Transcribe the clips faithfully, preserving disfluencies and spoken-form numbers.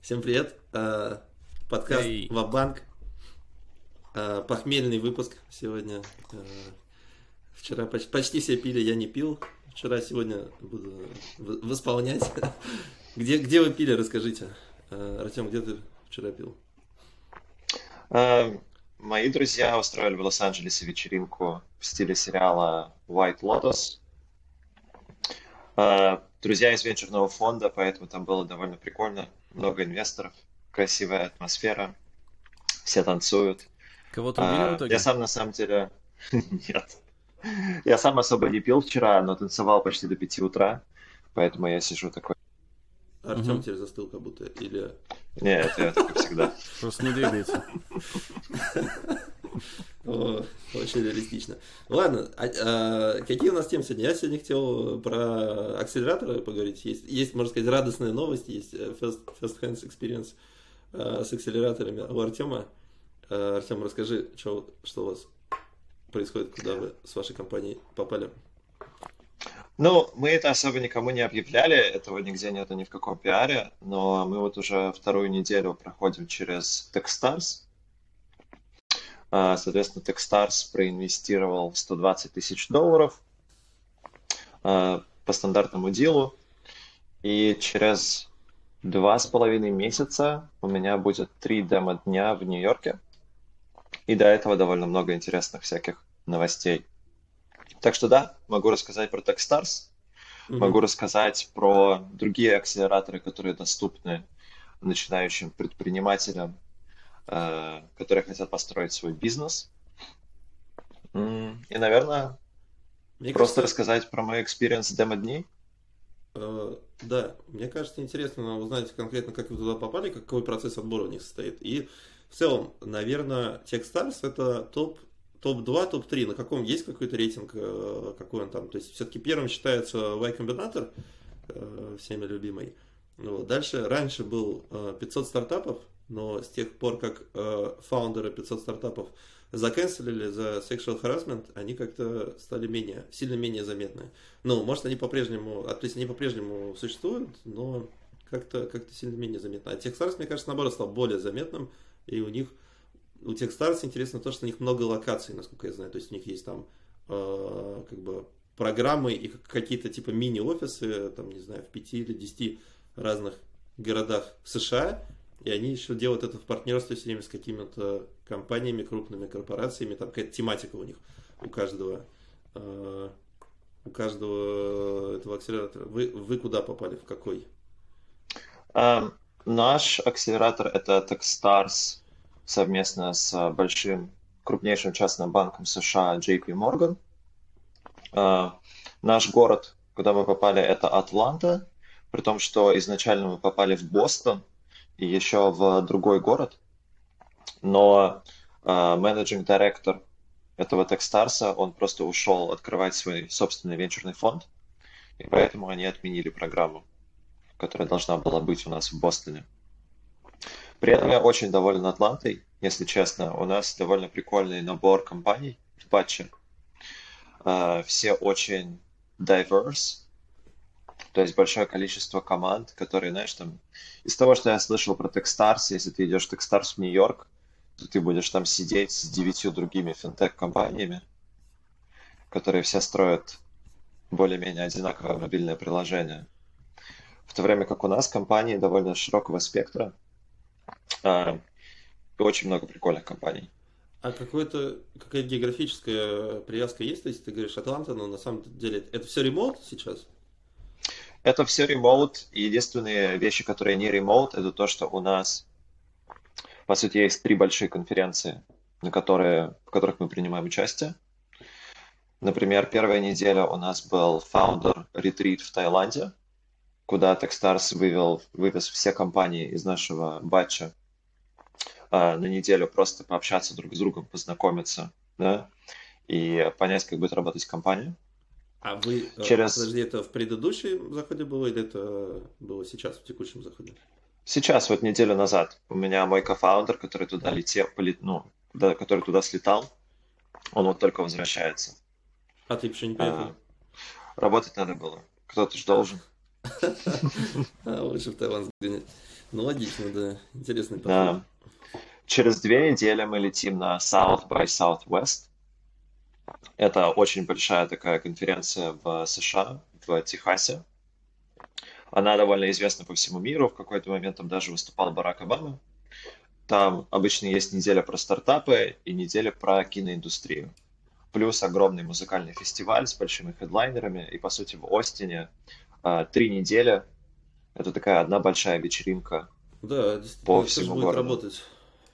Всем привет. Э, Подкаст Эй, Ва-банк. Э, Похмельный выпуск сегодня. Э, Вчера поч- почти все пили, я не пил. Вчера, сегодня буду в- восполнять. Где, где вы пили, расскажите. Э, Артем, где ты вчера пил? Э, Мои друзья устроили в Лос-Анджелесе вечеринку в стиле сериала White Lotus. Э, Друзья из венчурного фонда, поэтому там было довольно прикольно. Много инвесторов, красивая атмосфера, все танцуют. кого-то убили в Э, Я итоге? сам на самом деле... Нет. Я сам особо не пил вчера, но танцевал почти до пяти утра, поэтому я сижу такой... Артем Угу. теперь застыл как будто. Или... Нет, я так, как всегда. Просто не двигается. О, очень реалистично. Ладно, а- а какие у нас темы сегодня? Я сегодня хотел про акселераторы поговорить. Есть, есть, можно сказать, радостные новости, есть э, first, first hand experience э, с акселераторами у Артема. Э, Артем, расскажи, что, что у вас происходит, куда вы с вашей компанией попали. Ну, мы это особо никому не объявляли, этого нигде нету ни в каком пиаре, но мы вот уже вторую неделю проходим через Techstars. А, Соответственно, Techstars проинвестировал сто двадцать тысяч долларов а, по стандартному дилу, и через два с половиной месяца у меня будет три демо-дня в Нью-Йорке, и до этого довольно много интересных всяких новостей. Так что да, могу рассказать про Techstars. Могу Мгм. рассказать про другие акселераторы, которые доступны начинающим предпринимателям, э, которые хотят построить свой бизнес. М, И, наверное, Мне просто кажется, рассказать про мой экспириенс демо-дней. э, да, мне кажется, интересно узнать конкретно, как вы туда попали, какой процесс отбора у них состоит. И в целом, наверное, Techstars это топ, топ-два, топ-три. На каком есть какой-то рейтинг, э, какой он там? То есть, все-таки первым считается Y Combinator, э, всеми любимый. Ну вот. Дальше, раньше был э, пятьсот стартапов, но с тех пор, как э, фаундеры пятьсот стартапов заканцелили за sexual harassment, они как-то стали менее, сильно менее заметны. Ну, может, они по-прежнему, а, то есть они по-прежнему существуют, но как-то как сильно менее заметно. А Techstars, мне кажется, наоборот, стал более заметным, и у них, у Techstars интересно то, что у них много локаций, насколько я знаю, то есть у них есть там э, как бы программы и какие-то типа мини-офисы, там, не знаю, в пяти или десяти разных городах США, и они еще делают это в партнерстве все время с какими-то компаниями, крупными корпорациями, там какая-то тематика у них, у каждого, э, у каждого этого акселератора. Вы, вы куда попали, в какой? Эм, Наш акселератор — это Techstars совместно с большим, крупнейшим частным банком США джей пи Morgan. Э, Наш город, куда мы попали, это Атланта, при том, что изначально мы попали в Бостон и еще в другой город, но менеджинг директор этого Techstars, он просто ушел открывать свой собственный венчурный фонд, и поэтому они отменили программу, которая должна была быть у нас в Бостоне. При этом я очень доволен Атлантой, если честно. У нас довольно прикольный набор компаний в батче. Э, Все очень diverse, то есть большое количество команд, которые, знаешь, там... Из того, что я слышал про Techstars, если ты идешь в Techstars в Нью-Йорк, то ты будешь там сидеть с девятью другими финтех-компаниями, которые все строят более-менее одинаковое мобильное приложение. В то время как у нас компании довольно широкого спектра, а, и очень много прикольных компаний. А какой-то, какая географическая привязка есть? То есть ты говоришь Атланта, но на самом деле это все ремонт сейчас? Это все ремоут, и единственные вещи, которые не ремоут, это то, что у нас, по сути, есть три большие конференции, на которые, в которых мы принимаем участие. Например, первая неделя у нас был Founder Retreat в Таиланде, куда Techstars вывел, вывез все компании из нашего батча а, на неделю просто пообщаться друг с другом, познакомиться, да, и понять, как будет работать компания. А вы, э, Через подожди, это в предыдущем заходе было или это было сейчас, в текущем заходе? Сейчас, вот неделю назад, у меня мой кофаундер, который туда летел, полет, ну, да, который туда слетал, он вот только возвращается. А ты еще не А, приехал? Работать надо было. Кто-то же должен. А лучше в Таиланд сгонять. Ну, логично, да. Интересный подход. Да. Через две недели мы летим на South by Southwest. Это очень большая такая конференция в США, в Техасе. Она довольно известна по всему миру. В какой-то момент там даже выступал Барак Обама. Там обычно есть неделя про стартапы и неделя про киноиндустрию. Плюс огромный музыкальный фестиваль с большими хедлайнерами. И, по сути, в Остине а, три недели. Это такая одна большая вечеринка Да, по действительно, это же всему будет городу. работать.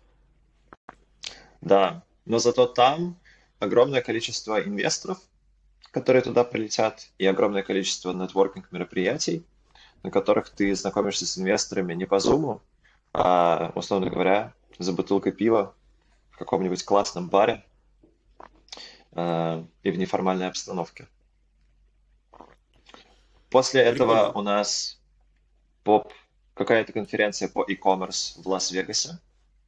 Да, но зато там огромное количество инвесторов, которые туда прилетят, и огромное количество нетворкинг-мероприятий, на которых ты знакомишься с инвесторами не по Zoom, а, условно говоря, за бутылкой пива в каком-нибудь классном баре а, и в неформальной обстановке. После этого Прикольно. у нас поп, какая-то конференция по e-commerce в Лас-Вегасе.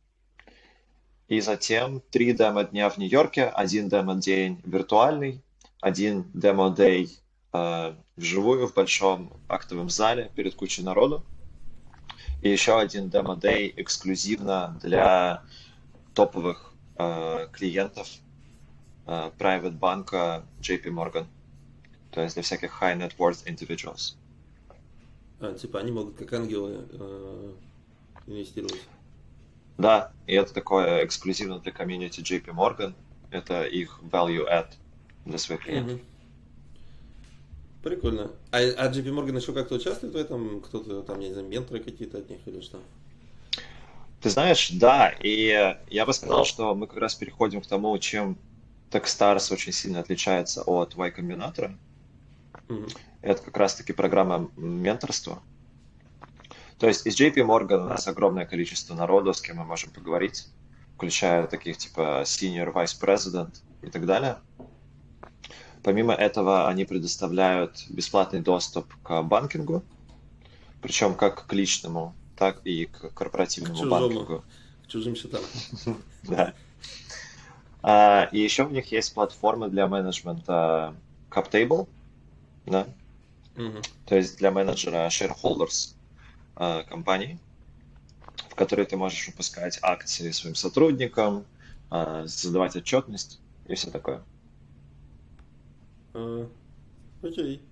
И затем три демо-дня в Нью-Йорке, один демо-день виртуальный, один демо-дей э, вживую в большом актовом зале перед кучей народу, и еще один демо-дей эксклюзивно для топовых э, клиентов э, private банка джей пи Morgan, то есть для всяких high net worth individuals. А, типа они могут как ангелы э, инвестировать. Да, и это такое эксклюзивно для комьюнити джей пи Morgan, это их value add для своих клиентов. Мгм. Прикольно. А, а джей пи Morgan еще как-то участвует в этом? Кто-то там, я не знаю, менторы какие-то от них или что? Ты знаешь, да, и я бы сказал, что мы как раз переходим к тому, чем Techstars очень сильно отличается от Y Combinator. Мгм. Это как раз-таки программа менторства. То есть из джей пи Morgan у нас огромное количество народу, с кем мы можем поговорить, включая таких типа Senior Vice President и так далее. Помимо этого, они предоставляют бесплатный доступ к банкингу, причем как к личному, так и к К корпоративному чужому, банкингу. к чужим счетам. Да. А, и еще у них есть платформа для менеджмента CapTable, да, Мгм. то есть для менеджера shareholders а, компаний, в которой ты можешь выпускать акции своим сотрудникам, а, задавать отчетность и все такое. А, окей.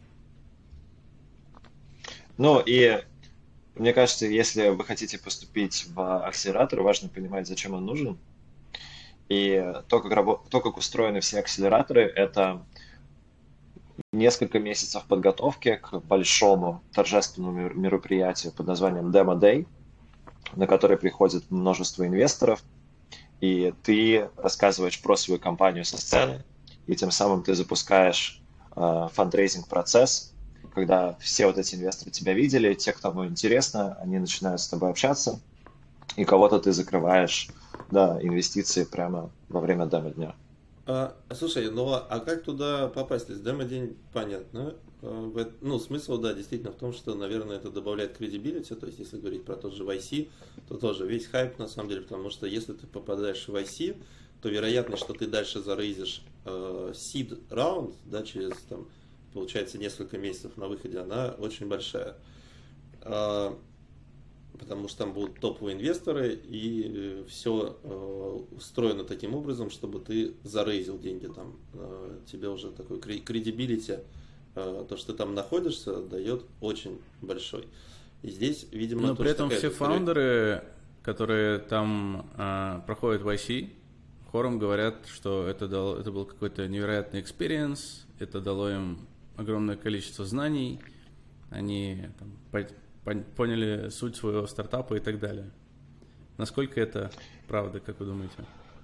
Ну и мне кажется, если вы хотите поступить в акселератор, важно понимать, зачем он нужен. И то, как, рабо- то, как устроены все акселераторы, это несколько месяцев подготовки к большому торжественному мер- мероприятию под названием Demo Day, на который приходит множество инвесторов, и ты рассказываешь про свою компанию со сцены, и тем самым ты запускаешь э, фандрейзинг-процесс, когда все вот эти инвесторы тебя видели, те, кому интересно, они начинают с тобой общаться, и кого-то ты закрываешь, да, инвестиции прямо во время демо-дня. А, слушай, ну а а как туда попасть? То есть демо-день понятно. А, в эт- Ну, смысл, да, действительно в том, что, наверное, это добавляет credibility. То есть, если говорить про тот же вай си, то тоже весь хайп, на самом деле, потому что если ты попадаешь в вай си, то вероятность, что ты дальше зарейзишь э, seed раунд, да, через, там, получается, несколько месяцев на выходе, она очень большая. А, Потому что там будут топовые инвесторы, и все устроено таким образом, чтобы ты зарейзил деньги там. э, Тебе уже такой кредибилити, то, что ты там находишься, дает очень большой. И здесь, видимо, Но при тоже этом такая все же история. фаундеры, которые там а, проходят вай си, хором говорят, что это, дало, это был какой-то невероятный экспириенс, это дало им огромное количество знаний, они там, по- пон- поняли суть своего стартапа и так далее. Насколько это правда, как вы думаете?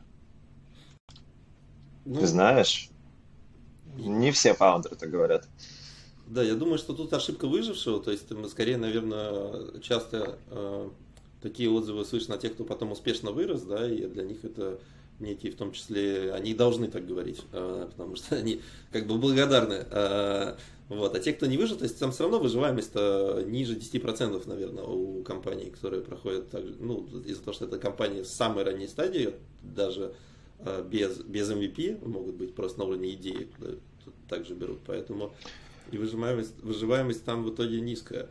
Ну, Ты знаешь, и- не все фаундеры так говорят. да, я думаю, что тут ошибка выжившего, то есть мы скорее, наверное, часто э, такие отзывы слышно от тех, кто потом успешно вырос, да, и для них это некие, в том числе, они должны так говорить, э, потому что они как бы благодарны. э, вот. А те, кто не выжил, то есть там все равно выживаемость ниже десять процентов, наверное, у компаний, которые проходят так же, ну, из-за того, что это компании с самой ранней стадии, даже э, без, без эм ви пи, могут быть просто на уровне идеи, да, тут также берут, поэтому и выживаемость, выживаемость там в итоге низкая.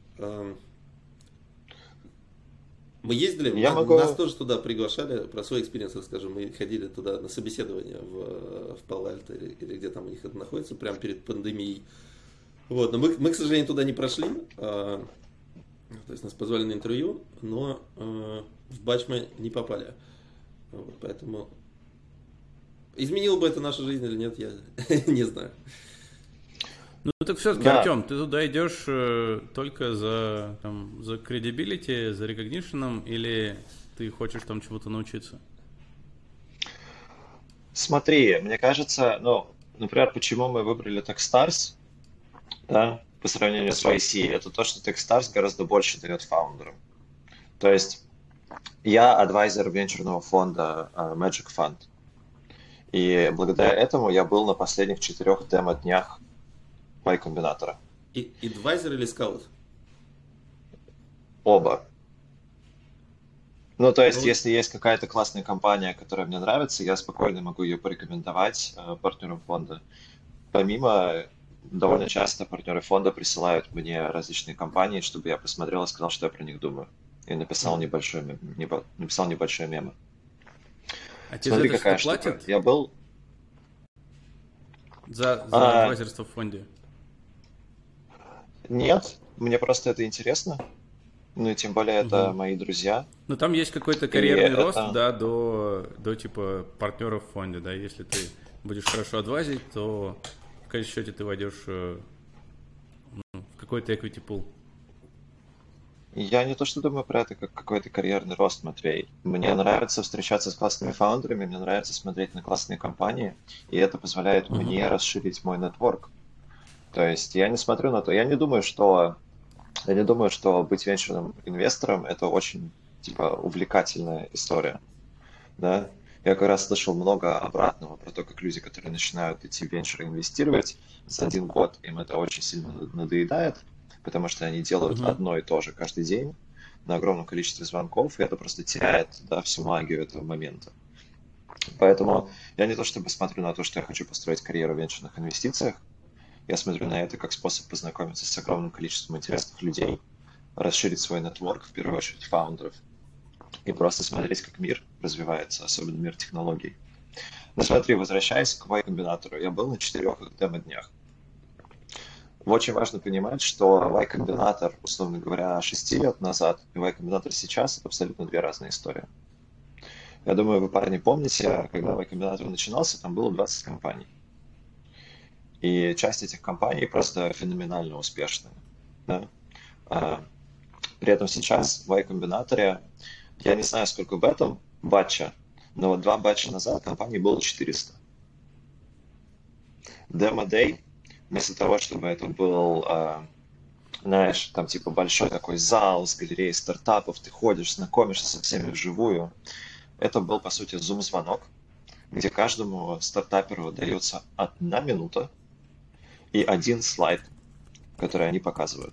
Мы ездили, Я на, могу... нас тоже туда приглашали, про свой экспириенс расскажем. Мы ходили туда на собеседование в, в Пало-Альто или, или где там у них это находится, прямо перед пандемией. Вот, но мы, мы, к сожалению, туда не прошли. А, то есть нас позвали на интервью, но а, в батч мы не попали. Вот, поэтому изменило бы это нашу жизнь или нет, я не знаю. Ну так все-таки, Да. Артем, ты туда идешь э, только за, там, за credibility, за recognition, или ты хочешь там чего-то научиться? Смотри, мне кажется, ну, например, почему мы выбрали Techstars, да, по сравнению с вай си, это то, что Techstars гораздо больше дает фаундерам. То есть я адвайзер венчурного фонда uh, Magic Fund. И благодаря этому я был на последних четырех демо-днях Y-комбинатора. И адвайзер или скаут? Оба. Ну, то есть, Ну, если есть какая-то классная компания, которая мне нравится, я спокойно могу ее порекомендовать э, партнерам фонда. Помимо, довольно часто партнеры фонда присылают мне различные компании, чтобы я посмотрел и сказал, что я про них думаю. И написал небольшой, мем- небо- написал небольшой мемо. А тебе за Смотри, это какая что-то штука. платят? Я был... За, за А, адвайзерство в фонде? нет, мне просто это интересно. Ну и тем более это Мгм. мои друзья. Ну там есть какой-то И карьерный рост, это... да, до, до типа партнеров в фонде, да. Если ты будешь хорошо адвайзить, то в конечном счете ты войдешь э, ну, в какой-то equity pool. Я не то что думаю про это как какой-то карьерный рост, Матвей. Мне нравится встречаться с классными фаундерами, мне нравится смотреть на классные компании, и это позволяет Мгм. мне расширить мой нетворк. То есть я не смотрю на то, я не думаю, что я не думаю, что быть венчурным инвестором это очень типа увлекательная история, да. Я как раз слышал много обратного про то, как люди, которые начинают идти в венчур инвестировать за один год, им это очень сильно надоедает, потому что они делают Мгм. одно и то же каждый день на огромном количестве звонков, и это просто теряет, да, всю магию этого момента. Поэтому я не то чтобы смотрю на то, что я хочу построить карьеру в венчурных инвестициях, я смотрю на это как способ познакомиться с огромным количеством интересных людей, расширить свой нетворк, в первую очередь фаундеров, и просто смотреть, как мир развивается, особенно мир технологий. Но смотри, возвращаясь к Y-комбинатору, я был на четырех демо-днях. Очень важно понимать, что Y-комбинатор, условно говоря, шести лет назад и Y-комбинатор сейчас — это абсолютно две разные истории. Я думаю, вы, парни, помните, когда Y-комбинатор начинался, там было двадцать компаний. И часть этих компаний просто феноменально успешная. Да? А, при этом сейчас в Y-комбинаторе, я не знаю, сколько в этом батча, но вот два батча назад компаний было четыреста. Demo-day, вместо того, чтобы это был, а, знаешь, там типа большой такой зал с галереей стартапов, ты ходишь, знакомишься со всеми вживую, это был, по сути, зум-звонок, где каждому стартаперу дается одна минута и один слайд, который они показывают.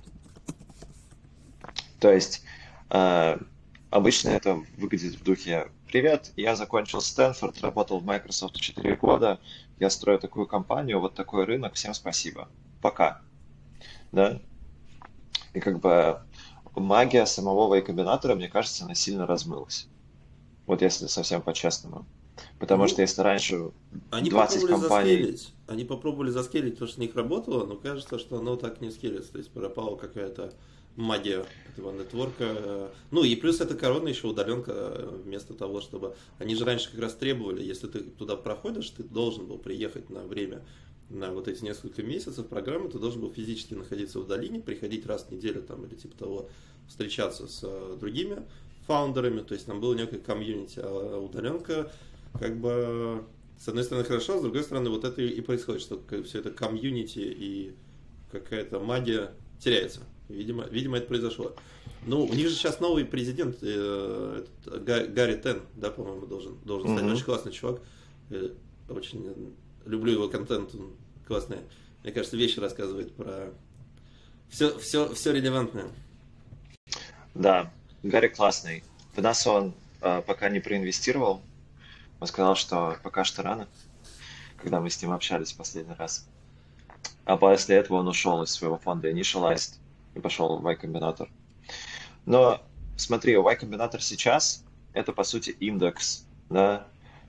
То есть э, обычно это выглядит в духе: «Привет, я закончил Стэнфорд, работал в Microsoft четыре года, я строю такую компанию, вот такой рынок, всем спасибо, пока». Да? И как бы магия самого Y-комбинатора, мне кажется, она сильно размылась. Вот если совсем по-честному. Потому ну, что если раньше они двадцать попробовали компаний... заскейлить. Они попробовали заскейлить то, что у них работало, но кажется, что оно так не скейлится. То есть пропала какая-то магия этого нетворка. Ну и плюс это корона еще удаленка, вместо того, чтобы... Они же раньше как раз требовали, если ты туда проходишь, ты должен был приехать на время, на вот эти несколько месяцев программы, ты должен был физически находиться в долине, приходить раз в неделю там или типа того, встречаться с uh, другими фаундерами, то есть там было некое комьюнити, а удаленка как бы с одной стороны хорошо, с другой стороны вот это и происходит, что все это комьюнити и какая-то магия теряется. Видимо, видимо это произошло. Ну, у них же сейчас новый президент, э, этот, Гарри Тен, да, по-моему, должен, должен стать. Mm-hmm. Очень классный чувак. Я очень люблю его контент, он классный. Мне кажется, вещи рассказывает про все, все, все релевантное. Да, Гарри классный. В нас он э, пока не проинвестировал. Он сказал, что пока что рано, когда мы с ним общались в последний раз. а после этого он ушел из своего фонда Initialized и пошел в Y Combinator. Но смотри, Y Combinator сейчас это по сути индекс, да.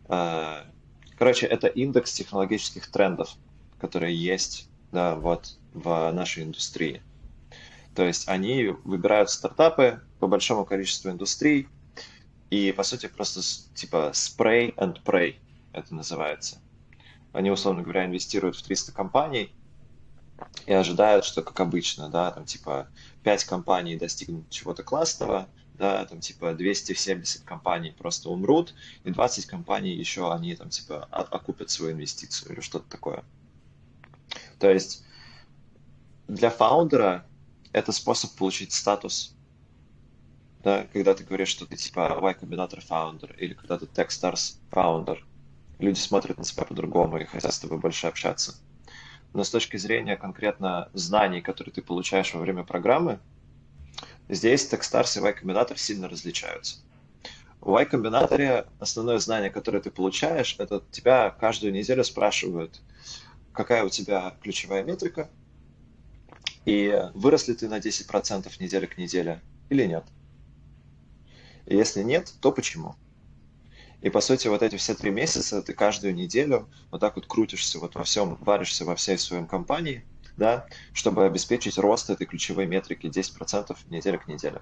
Короче, это индекс технологических трендов, которые есть, да, вот в нашей индустрии. То есть они выбирают стартапы по большому количеству индустрий и по сути просто типа spray and pray это называется. Они, условно говоря, инвестируют в триста компаний и ожидают, что, как обычно, да, там, типа, пять компаний достигнут чего-то классного, да, там, типа, двести семьдесят компаний просто умрут, и двадцать компаний еще, они, там, типа, окупят свою инвестицию или что-то такое. То есть для фаундера это способ получить статус, да, когда ты говоришь, что ты, типа, Y Combinator фаундер, или когда ты Techstars фаундер, люди смотрят на тебя по-другому и хотят с тобой больше общаться. Но с точки зрения конкретно знаний, которые ты получаешь во время программы, здесь Techstars и Y Combinator сильно различаются. В Y Combinator основное знание, которое ты получаешь, это тебя каждую неделю спрашивают, какая у тебя ключевая метрика, и вырос ли ты на десять процентов неделя к неделе или нет. И если нет, то почему? И, по сути, вот эти все три месяца ты каждую неделю вот так вот крутишься вот во всем, варишься во всей своей компании, да, чтобы обеспечить рост этой ключевой метрики десять процентов неделя к неделе.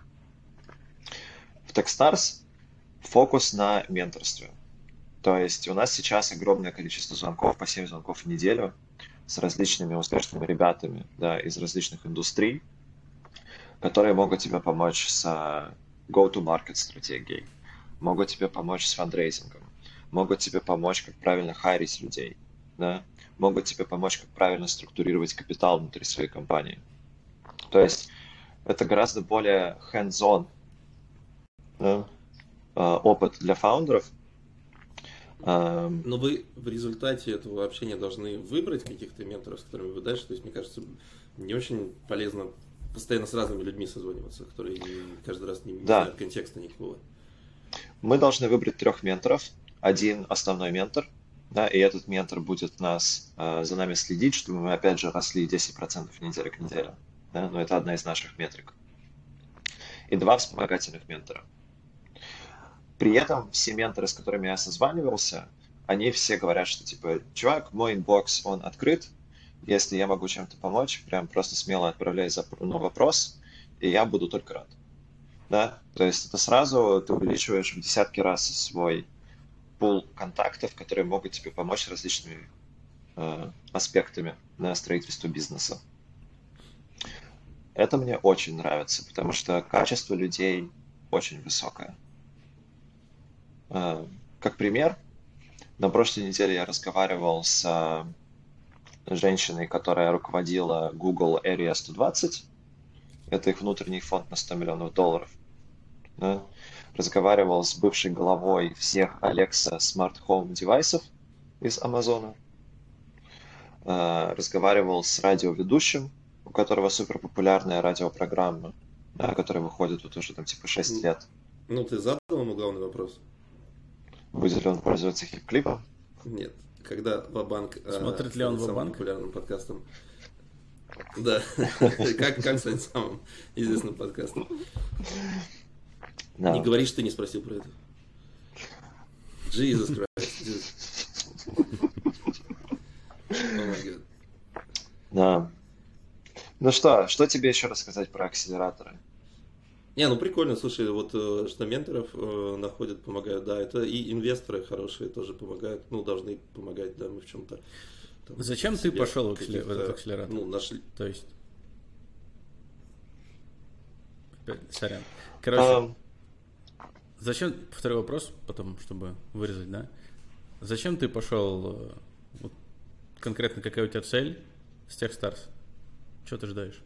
В Techstars фокус на менторстве. То есть у нас сейчас огромное количество звонков, по семь звонков в неделю с различными успешными ребятами, да, из различных индустрий, которые могут тебе помочь с go-to-market стратегией, могут тебе помочь с фандрейзингом, могут тебе помочь, как правильно хайрить людей, да? Могут тебе помочь, как правильно структурировать капитал внутри своей компании. То есть это гораздо более hands-on, да, опыт для фаундеров. Но вы в результате этого общения должны выбрать каких-то менторов, с которыми вы дальше. То есть, мне кажется, не очень полезно постоянно с разными людьми созваниваться, которые каждый раз не, не да. знают контекста никакого. Мы должны выбрать трех менторов. Один основной ментор, да, и этот ментор будет нас, э, за нами следить, чтобы мы, опять же, росли десять процентов неделя к неделе. Да? Но это одна из наших метрик. И два вспомогательных ментора. При этом все менторы, с которыми я созванивался, они все говорят, что, типа, чувак, мой инбокс, он открыт. Если я могу чем-то помочь, прям просто смело отправляй ну, вопрос, и я буду только рад. Да? То есть это сразу ты увеличиваешь в десятки раз свой пул контактов, которые могут тебе помочь различными э, аспектами на строительство бизнеса. Это мне очень нравится, потому что качество людей очень высокое. Э, как пример, на прошлой неделе я разговаривал с э, женщиной, которая руководила Google Area сто двадцать. Это их внутренний фонд на сто миллионов долларов. Да? Разговаривал с бывшей главой всех Alexa Smart Home девайсов из Амазона. Разговаривал с радиоведущим, у которого суперпопулярная радиопрограмма, да, которая выходит вот уже там типа шесть лет. Ну, ты задал ему главный вопрос? Будет ли он пользоваться хип-клипом? Нет. Когда Ва-банк... Смотрит ли он Ва-банк? Популярным подкастом. Да. Как, как стать самым известным подкастом? No. Не говори, что ты не спросил про это. Jesus Christ. Oh my God. Да. Ну что, что тебе еще рассказать про акселераторы? Не, ну прикольно, слушай, вот что менторов э, находят, помогают, да, это и инвесторы хорошие тоже помогают, ну, должны помогать, да, мы в чем-то... Там, Зачем ты пошел в, акселер... в этот акселератор? Ну, нашли... То есть... Сорян. Короче, um... зачем... Второй вопрос, потом, чтобы вырезать, да? Зачем ты пошел... Вот, конкретно какая у тебя цель с Techstars? Чего ты ждаешь?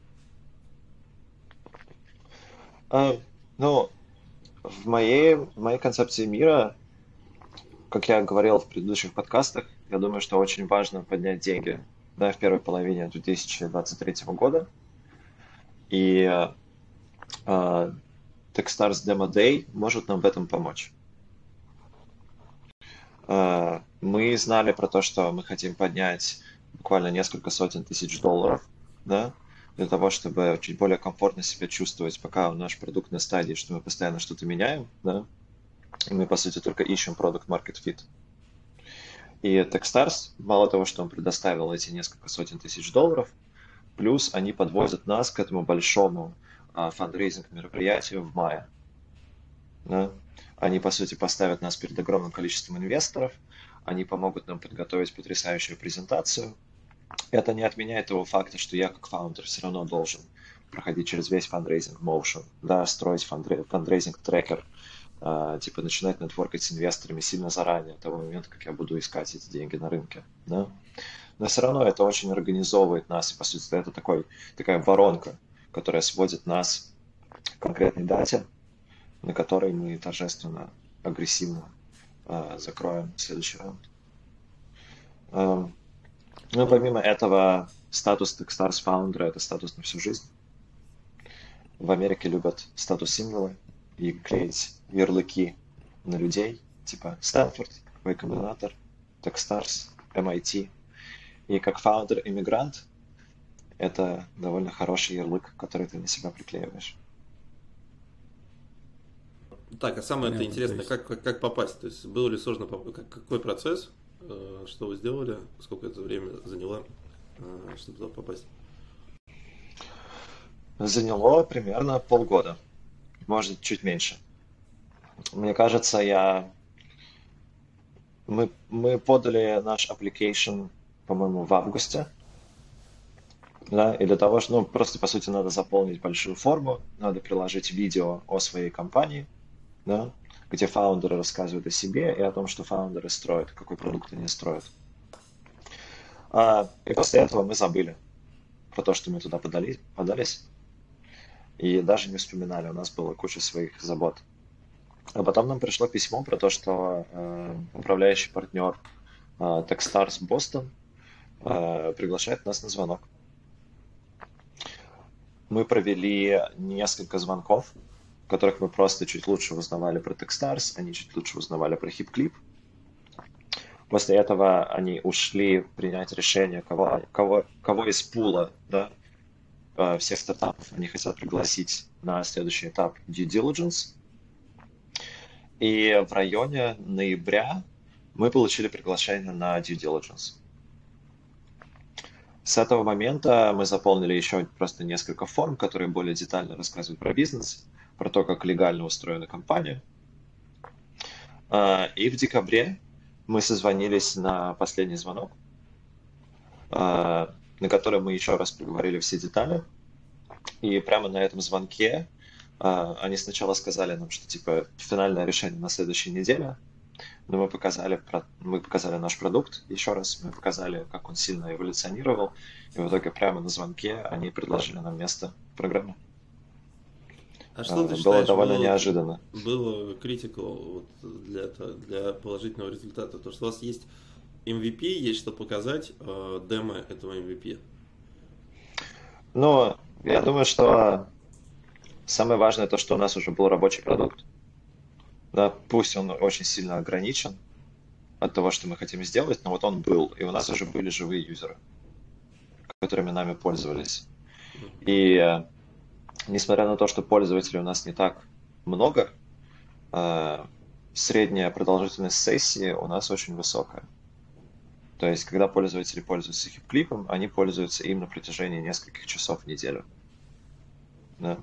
Uh, ну, в моей, в моей концепции мира, как я говорил в предыдущих подкастах, я думаю, что очень важно поднять деньги, да, в первой половине две тысячи двадцать третьего года. И uh, Techstars Demo Day может нам в этом помочь. Uh, мы знали про то, что мы хотим поднять буквально несколько сотен тысяч долларов, да, для того, чтобы чуть более комфортно себя чувствовать, пока наш продукт на стадии, что мы постоянно что-то меняем, да, и мы, по сути, только ищем product market fit. И Techstars, мало того, что он предоставил эти несколько сотен тысяч долларов, плюс они подвозят нас к этому большому а, фандрейзинг-мероприятию в мае. Да? Они, по сути, поставят нас перед огромным количеством инвесторов, они помогут нам подготовить потрясающую презентацию. Это не отменяет того факта, что я как фаундер все равно должен проходить через весь фандрейзинг motion, да, строить фандрейзинг-трекер, Uh, типа начинать нетворкать с инвесторами сильно заранее, того момента, как я буду искать эти деньги на рынке. Да? Но все равно это очень организовывает нас, и по сути это такой, такая воронка, которая сводит нас к конкретной дате, на которой мы торжественно, агрессивно uh, закроем следующий раунд. Uh, ну, помимо этого, статус Techstars Founder — это статус на всю жизнь. В Америке любят статус-символы и клеить ярлыки на людей, типа Стэнфорд, Y Combinator, Techstars, эм ай ти. И как фаундер-иммигрант это довольно хороший ярлык, который ты на себя приклеиваешь. Так, а самое это интересное, есть... как, как, как попасть? То есть было ли сложно попасть? Как, какой процесс? Э, что вы сделали? Сколько это время заняло, э, чтобы туда попасть? Заняло примерно полгода. Может, чуть меньше. Мне кажется, я... Мы, мы подали наш application, по-моему, в августе. Да, и для того, что, ну, просто, по сути, надо заполнить большую форму, надо приложить видео о своей компании, да, где фаундеры рассказывают о себе и о том, что фаундеры строят, какой продукт они строят. А, и после этого мы забыли про то, что мы туда подали, подались. И даже не вспоминали, у нас была куча своих забот. А потом нам пришло письмо про то, что э, управляющий партнер э, Techstars Boston э, приглашает нас на звонок. Мы провели несколько звонков, в которых мы просто чуть лучше узнавали про Techstars, они чуть лучше узнавали про HipClip. После этого они ушли принять решение, кого, кого, кого из пула, да, всех стартапов они хотят пригласить на следующий этап due diligence. И в районе ноября мы получили приглашение на due diligence. С этого момента мы заполнили еще просто несколько форм, которые более детально рассказывают про бизнес, про то, как легально устроена компания. И в декабре мы созвонились на последний звонок, на котором мы еще раз проговорили все детали. И прямо на этом звонке uh, они сначала сказали нам, что типа финальное решение на следующей неделе, но мы показали, мы показали наш продукт еще раз, мы показали, как он сильно эволюционировал, и в итоге прямо на звонке они предложили нам место в программе. А что uh, ты было считаешь, довольно было, неожиданно. Было critical вот для, этого, для положительного результата, то что у вас есть эм ви пи, есть что показать, uh, демо этого эм ви пи. Ну, я думаю, что самое важное то, что у нас уже был рабочий продукт. Да, пусть он очень сильно ограничен от того, что мы хотим сделать, но вот он был, и у нас уже были живые юзеры, которыми нами пользовались. И несмотря на то, что пользователей у нас не так много, средняя продолжительность сессии у нас очень высокая. То есть, когда пользователи пользуются HipClip, они пользуются им на протяжении нескольких часов в неделю. Да?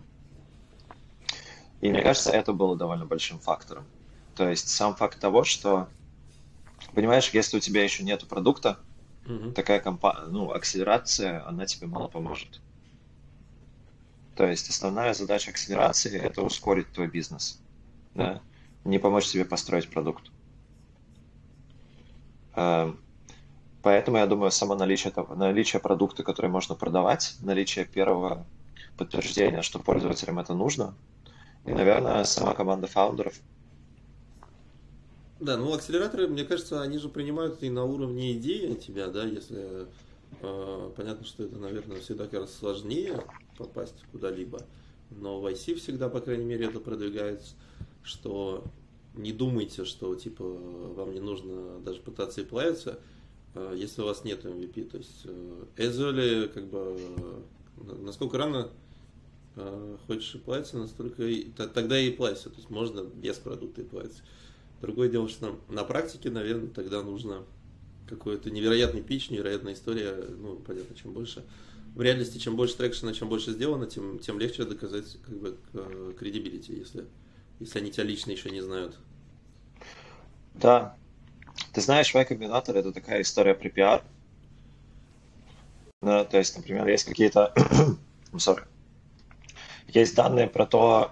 И мне кажется, это было довольно большим фактором. То есть, сам факт того, что, понимаешь, если у тебя еще нет продукта, mm-hmm. такая компа- ну, акселерация, она тебе мало поможет. То есть, основная задача акселерации – это ускорить твой бизнес. Да? Не помочь тебе построить продукт. Поэтому, я думаю, само наличие, того, наличие продукта, который можно продавать, наличие первого подтверждения, что пользователям это нужно, и, наверное, сама команда фаундеров. Да, ну акселераторы, мне кажется, они же принимают и на уровне идеи тебя, да, если э, понятно, что это, наверное, всегда как раз сложнее попасть куда-либо, но в ай си всегда, по крайней мере, это продвигается, что не думайте, что, типа, вам не нужно даже пытаться и плавиться. если у вас нет эм ви пи. То есть Эзоли, как бы, насколько рано хочешь и платиться, настолько и, тогда и платится. То есть можно без продукта и платиться. Другое дело, что на, на практике, наверное, тогда нужно какой-то невероятный пич, невероятная история. Ну, понятно, чем больше. В реальности, чем больше трекшена, чем больше сделано, тем, тем легче доказать как бы кредибилити, если, если они тебя лично еще не знают. Да. Ты знаешь, Y Combinator — это такая история про пиар. Да, то есть, например, есть какие-то... Sorry. Есть данные про то...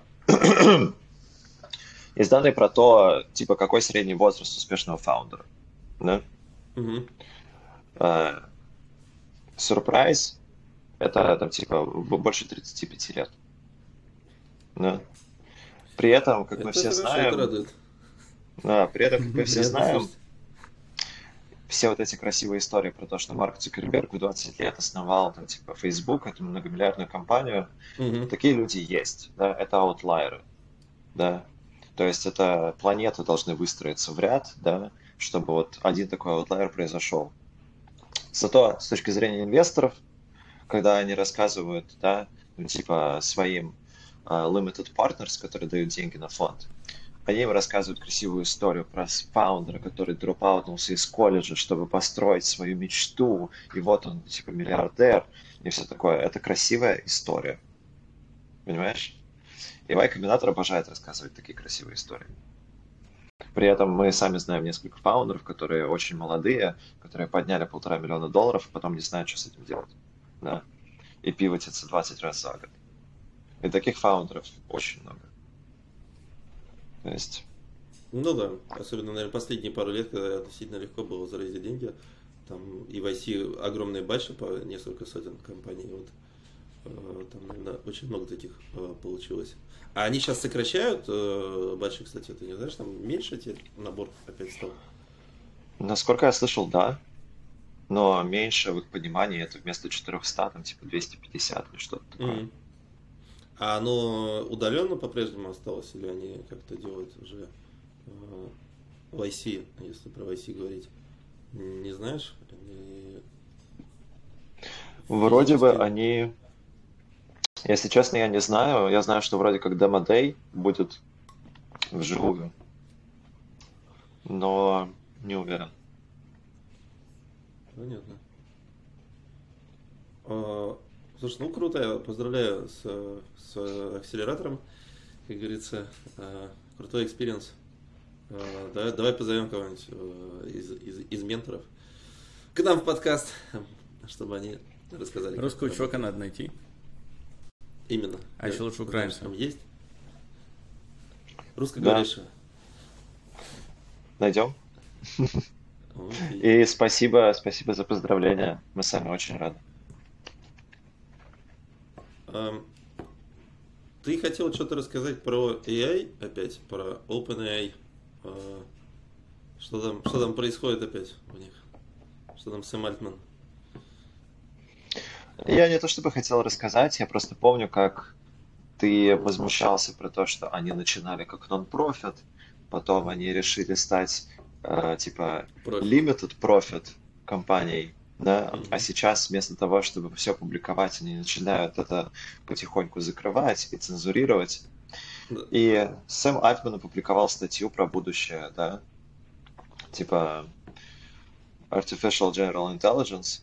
есть данные про то, типа, какой средний возраст успешного фаундера. Да? Угу. Uh, Surprise — это, там, типа, больше тридцати пяти лет. Да? При этом, как это мы все знаем... радует. Да, при этом, как мы все знаем... слушать. Все вот эти красивые истории про то, что Марк Цукерберг в двадцать лет основал, там, типа, Facebook, эту многомиллиардную компанию. Угу. Такие люди есть, да, это аутлайеры, да. То есть это планеты должны выстроиться в ряд, да, чтобы вот один такой аутлайер произошел. Зато с точки зрения инвесторов, когда они рассказывают, да, ну, типа, своим uh, limited partners, которые дают деньги на фонд, они им рассказывают красивую историю про фаундера, который дропаутнулся из колледжа, чтобы построить свою мечту, и вот он, типа, миллиардер, и все такое. Это красивая история. Понимаешь? И Y Combinator обожает рассказывать такие красивые истории. При этом мы сами знаем несколько фаундеров, которые очень молодые, которые подняли полтора миллиона долларов, а потом не знают, что с этим делать. Да? И пивотятся двадцать раз за год. И таких фаундеров очень много. То есть... Ну да, особенно, наверное, последние пару лет, когда относительно легко было заработать деньги, там и в ай си огромные батчи по несколько сотен компаний, вот э, там, наверное, очень много таких э, получилось. А они сейчас сокращают э, батчи, кстати, ты не знаешь, там меньше теперь набор опять стал? Насколько я слышал, да, но меньше в их понимании это вместо четырехсот, там типа двести пятьдесят или что-то такое. Mm-hmm. А оно удаленно по-прежнему осталось, или они как-то делают уже э, в ай си, если про ай си говорить? Не знаешь? Они... Вроде бы они... Если честно, я не знаю. Я знаю, что вроде как Demo Day будет вживую. Но не уверен. Понятно. А... Слушай, ну круто, я поздравляю с, с акселератором, как говорится, крутой экспириенс. Давай, давай позовем кого-нибудь из, из, из менторов к нам в подкаст, чтобы они рассказали. Русского чувака надо найти. Именно. А еще лучше украинца. Там есть? Русскоговорящего. Да. Найдем. И спасибо, спасибо за поздравления. Мы сами очень рады. Ты хотел что-то рассказать про эй ай опять, про OpenAI. Что там, что там происходит опять у них? Что там Сэм Альтман? Я не то чтобы хотел рассказать, я просто помню, как ты возмущался про то, что они начинали как нон-профит, потом они решили стать э, типа Profit. limited profit компанией. Да? Mm-hmm. А сейчас вместо того, чтобы все публиковать, они начинают это потихоньку закрывать и цензурировать. Yeah. И Сэм Альтман опубликовал статью про будущее, да, типа Artificial General Intelligence,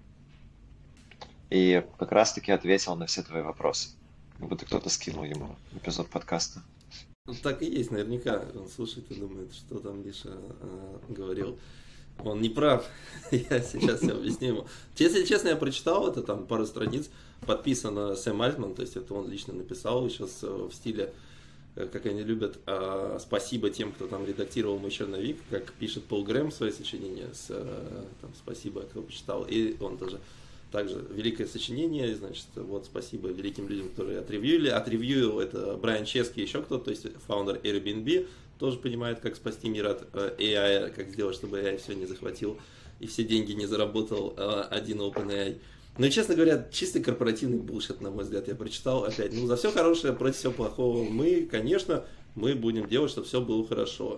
и как раз-таки ответил на все твои вопросы. Как будто кто-то скинул ему эпизод подкаста. Ну, так и есть, наверняка. Он слушает и думает, что там Миша э, говорил. Он не прав. Я сейчас все объясню ему. Если честно, я прочитал это, там пару страниц, подписано Сэм Альтман, то есть это он лично написал, сейчас в стиле, как они любят, спасибо тем, кто там редактировал мой черновик, как пишет Пол Грэм свои сочинения, с, там, спасибо, кто почитал, и он тоже. Также великое сочинение, значит, вот спасибо великим людям, которые отревьюили. Отревьюил это Брайан Чески и еще кто-то, то есть фаундер Airbnb, тоже понимает, как спасти мир от эй ай, как сделать, чтобы эй ай все не захватил и все деньги не заработал один OpenAI. Но, честно говоря, чистый корпоративный булшит, на мой взгляд, я прочитал опять. Ну, за все хорошее, против всего плохого мы, конечно, мы будем делать, чтобы все было хорошо.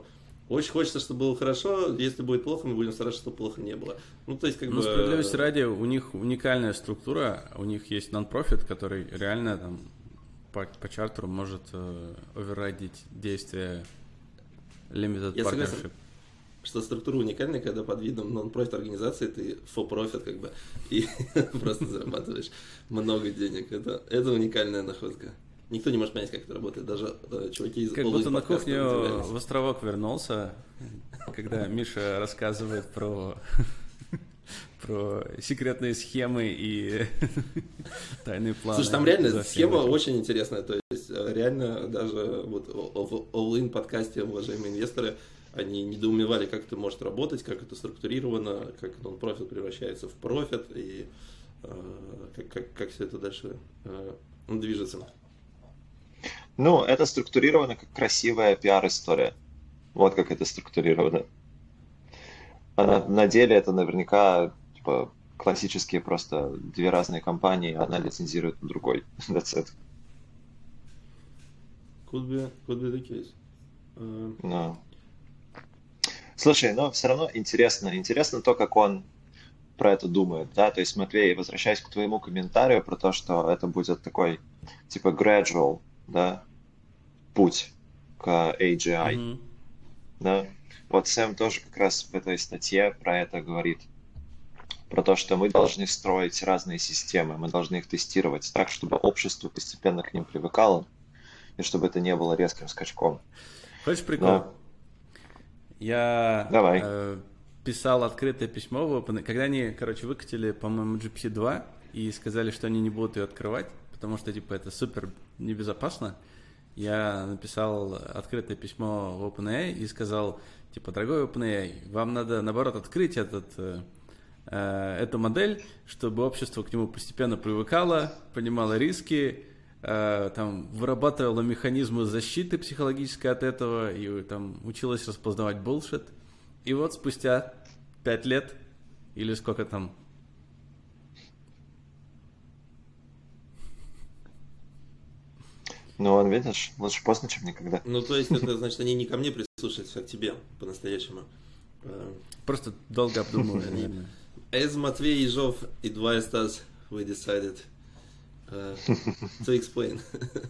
Очень хочется, чтобы было хорошо. Если будет плохо, мы будем стараться, чтобы плохо не было. Ну, то есть, как ну, бы... справедливости ради, у них уникальная структура, у них есть нон-профит, который реально там по, по чартеру может э, оверрайдить действия limited Я partnership. Согласен, что структура уникальная, когда под видом нон-профит организации ты for-profit как бы и просто зарабатываешь много денег. Это, это уникальная находка. Никто не может понять, как это работает. Даже э, чуваки из Как All In будто на подкаста кухню удивлялись. в островок вернулся, когда Миша рассказывает про, про секретные схемы и тайные планы. Слушай, там реально за схема всем этим. очень интересная. То есть э, реально даже вот в All In подкасте, уважаемые инвесторы, они недоумевали, как это может работать, как это структурировано, как нон-профит превращается в профит и э, как, как, как все это дальше э, движется. Ну, это структурировано как красивая пиар-история. Вот как это структурировано. А на, на деле это наверняка типа, классические просто две разные компании, одна лицензирует на другой. That's it. Could be, could be the case. Э, No. Слушай, но все равно интересно. Интересно то, как он про это думает, да, то есть, Матвей, возвращаясь к твоему комментарию про то, что это будет такой, типа, gradual, да, путь к эй джи ай, Мгм. да, вот Сэм тоже как раз в этой статье про это говорит, про то, что мы должны строить разные системы, мы должны их тестировать так, чтобы общество постепенно к ним привыкало, и чтобы это не было резким скачком. Хочешь прикол? Да. Я Давай. э, писал открытое письмо в Open, когда они, короче, выкатили, по-моему, джи пи ти два и сказали, что они не будут ее открывать, потому что, типа, это супер небезопасно. Я написал открытое письмо в OpenAI и сказал, типа, дорогой OpenAI, вам надо, наоборот, открыть этот, э, э, эту модель, чтобы общество к нему постепенно привыкало, понимало риски, э, там, вырабатывало механизмы защиты психологической от этого и там училось распознавать bullshit. И вот спустя пять лет, или сколько там, Ну, он, видишь, лучше поздно, чем никогда. Ну, то есть, это значит, они не ко мне прислушаются, а к тебе по-настоящему. Э, просто долго обдумывали, наверное. As Matvey Ежов advised us, we decided uh, to explain.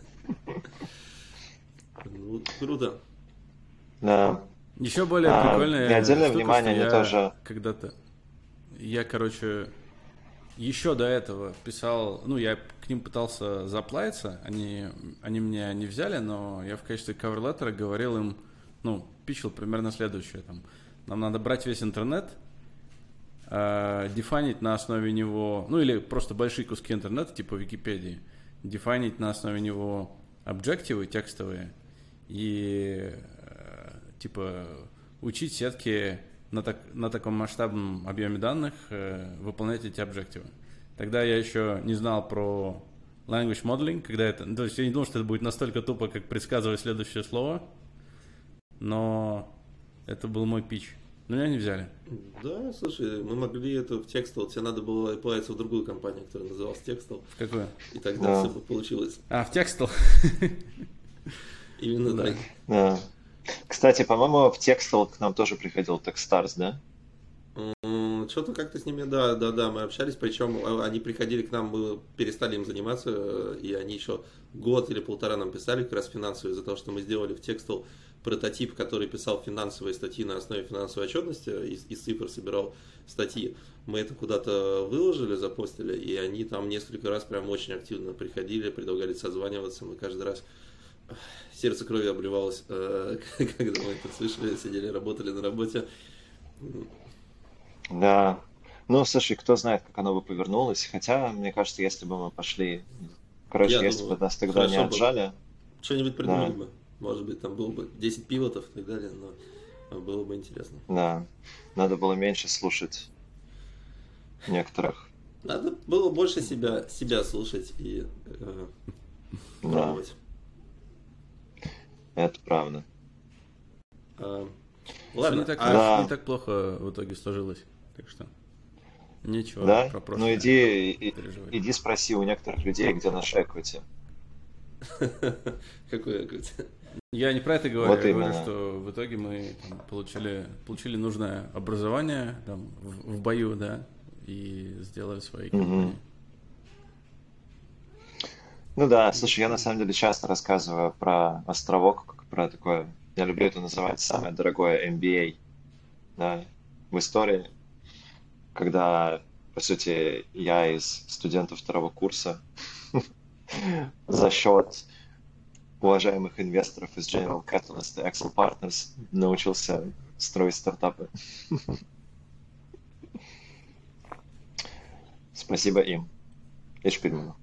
Ну, круто. Да. Еще более А, прикольная и отдельное штука, внимание что они я тоже- когда-то, я, короче, еще до этого писал, ну, я к ним пытался заплавиться, они, они меня не взяли, но я в качестве каверлеттера говорил им, ну, пичил примерно следующее, там, нам надо брать весь интернет, э, дефайнить на основе него, ну, или просто большие куски интернета, типа Википедии, дефайнить на основе него объективы текстовые и, э, типа, учить сетки на, так, на таком масштабном объеме данных э, выполнять эти объективы. Тогда я еще не знал про language modeling, когда это, то есть я не думал, что это будет настолько тупо, как предсказывать следующее слово, но это был мой пич. Но меня не взяли. Да, слушай, мы могли это в Textile, тебе надо было плавиться в другую компанию, которая называлась Textile, В какую? и тогда Да. все бы получилось. А, в Textile. Именно Да. так. Да. Кстати, по-моему, в Textile к нам тоже приходил Techstars, да? М, Что-то как-то с ними, да, да, да, мы общались, причем а, они приходили к нам, мы перестали им заниматься, э, и они еще год или полтора нам писали как раз финансовые, из-за того, что мы сделали в Textile прототип, который писал финансовые статьи на основе финансовой отчетности, из, из цифр собирал статьи. Мы это куда-то выложили, запостили, и они там несколько раз прям очень активно приходили, предлагали созваниваться, мы каждый раз сердце кровью обливалось, э, когда мы это слышали, сидели, работали на работе. Да. Ну, слушай, кто знает, как оно бы повернулось. Хотя, мне кажется, если бы мы пошли... Короче, Я если думаю, бы нас тогда не хорошо бы. отжали... Что-нибудь придумали Да. бы. Может быть, там было бы десять пилотов и так далее, но было бы интересно. Да. Надо было меньше слушать некоторых. Надо было больше себя, себя слушать и э, Да, пробовать. это правда. А, Всё ладно, не так, а- Да. не так плохо в итоге сложилось. Так что нечего Да? про Ну прошлое иди, и- переживать. иди спроси у некоторых людей, где наш equity. Какой equity? Я не про это говорю, Вот я именно. говорю, что в итоге мы там, получили, получили нужное образование там, в, в бою, да, и сделали свои компании. Ну да, слушай, я на самом деле часто рассказываю про островок, как про такое, я люблю это называть, самое дорогое эм би эй, да, в истории, когда, по сути, я из студентов второго курса за счет уважаемых инвесторов из General Catalyst и Axel Partners научился строить стартапы. Спасибо им. Ich bin Mimo.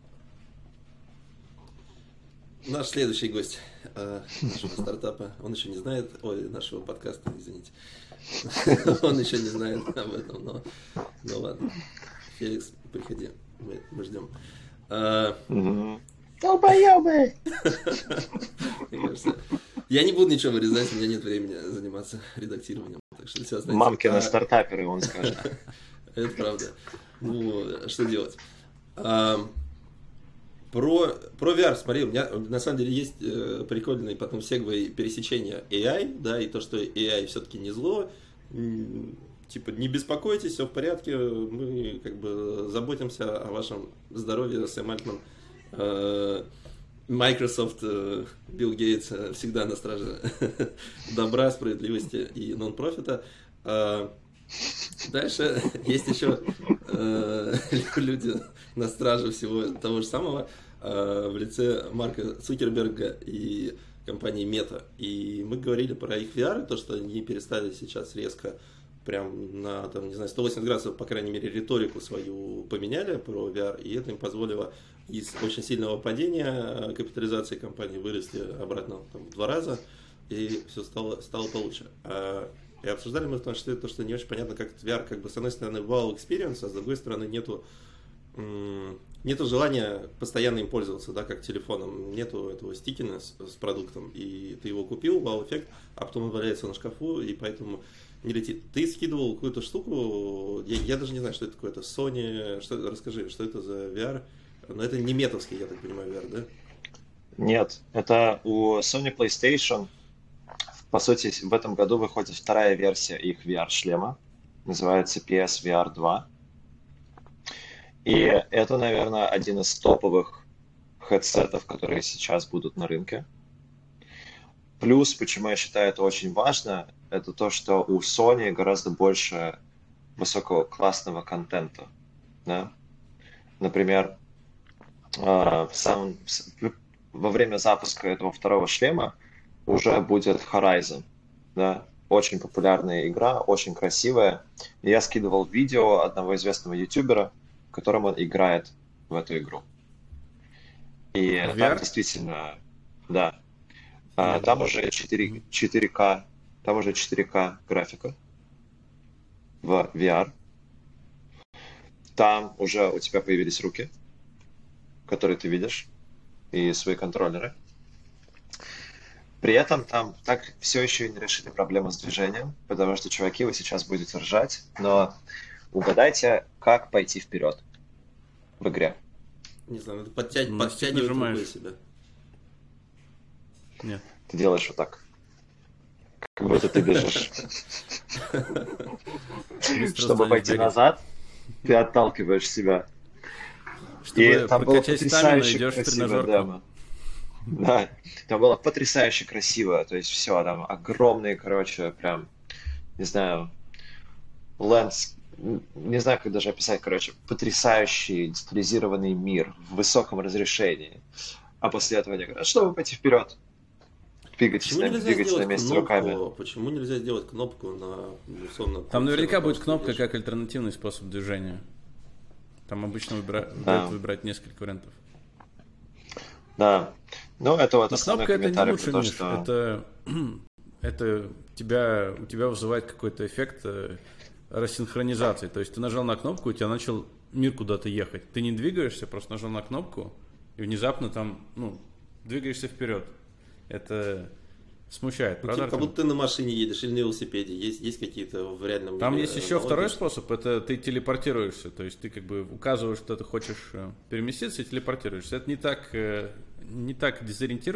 Наш следующий гость э, нашего стартапа, он еще не знает, ой, нашего подкаста, извините. Он еще не знает об этом, но, но ладно. Феликс, приходи, мы, мы ждем. А, Долбоёбы! мне кажется, я не буду ничего вырезать, у меня нет времени заниматься редактированием. Так что все останется. Мамкины А, стартаперы, он скажет. Это правда. Ну, что делать? А, Про, про ви ар, смотри, у меня на самом деле есть э, прикольный потом сегвей пересечения эй ай, да, и то, что эй ай все-таки не зло. М, Типа, не беспокойтесь, все в порядке, мы как бы заботимся о вашем здоровье, Сэм Альтман. Э, Microsoft, э, Билл Гейтс э, всегда на страже добра, справедливости и нон-профита. Э, Дальше есть еще э, люди на страже всего того же самого э, в лице Марка Цукерберга и компании Meta. И мы говорили про их ви ар, то, что они перестали сейчас резко прям на, там, не знаю, сто восемьдесят градусов, по крайней мере, риторику свою поменяли про ви ар, и это им позволило из очень сильного падения капитализации компании вырасти обратно там, в два раза, и все стало, стало получше. А И обсуждали мы в том числе то, что не очень понятно, как ви ар, как бы, с одной стороны, вау экспириенс, а с другой стороны, нету, м- нету желания постоянно им пользоваться, да, как телефоном. Нету этого стикина с, с продуктом, и ты его купил, вау-эффект, а потом он валяется на шкафу, и поэтому не летит. Ты скидывал какую-то штуку, я, я даже не знаю, что это такое, это Sony, что, расскажи, что это за ви ар? Но это не метовский, я так понимаю, ви ар, да? Нет, это у Sony PlayStation. По сути, в этом году выходит вторая версия их ви ар-шлема. Называется пи эс ви ар два. И это, наверное, один из топовых хедсетов, которые сейчас будут на рынке. Плюс, почему я считаю это очень важно, это то, что у Sony гораздо больше высокого классного контента. Да? Например, в самом, во время запуска этого второго шлема уже будет Horizon, да, очень популярная игра, очень красивая. И я скидывал видео одного известного ютубера, в котором он играет в эту игру. И ви ар? там действительно, да, а, там уже четыре, четыре ка, там уже четыре ка графика в ви ар. Там уже у тебя появились руки, которые ты видишь, и свои контроллеры. При этом там так все еще не решили проблему с движением, потому что, чуваки, вы сейчас будете ржать, но угадайте, как пойти вперед в игре. Не знаю, надо подтягивать, Ну, подтягивать нажимаешь. рукой себя. Нет. Ты делаешь вот так, как будто ты бежишь. Быстро Чтобы станешь пойти бегать. назад, ты отталкиваешь себя. Чтобы И там было прокачать стамину, потрясающе идешь в красивое тренажерку. демо. Да, там было потрясающе красиво, то есть все, там огромные, короче, прям, не знаю, лэнс, не знаю, как даже описать, короче, потрясающий детализированный мир в высоком разрешении. А после этого они говорят, чтобы пойти вперед, двигайтесь, Почему на- нельзя двигайтесь на сделать месте руками. кнопку? Почему нельзя сделать кнопку на условно? Там наверняка будет просто кнопка идешь? как альтернативный способ движения. Там обычно выбира- Да. дают выбрать несколько вариантов. Да, ну это вот Но основной кнопка это не комментарий лучше, про то, Миш. что... Это, это тебя, у тебя вызывает какой-то эффект э, рассинхронизации. То есть ты нажал на кнопку, у тебя начал мир куда-то ехать. Ты не двигаешься, просто нажал на кнопку, и внезапно там, ну, двигаешься вперед. Это смущает, Ну, правда? типа, как Артем? будто ты на машине едешь или на велосипеде. Есть, есть какие-то в реальном Там мире есть еще аналогии? второй способ, это ты телепортируешься, то есть ты как бы указываешь, что ты хочешь э, переместиться и телепортируешься. Это не так, э, не так дезориентирует,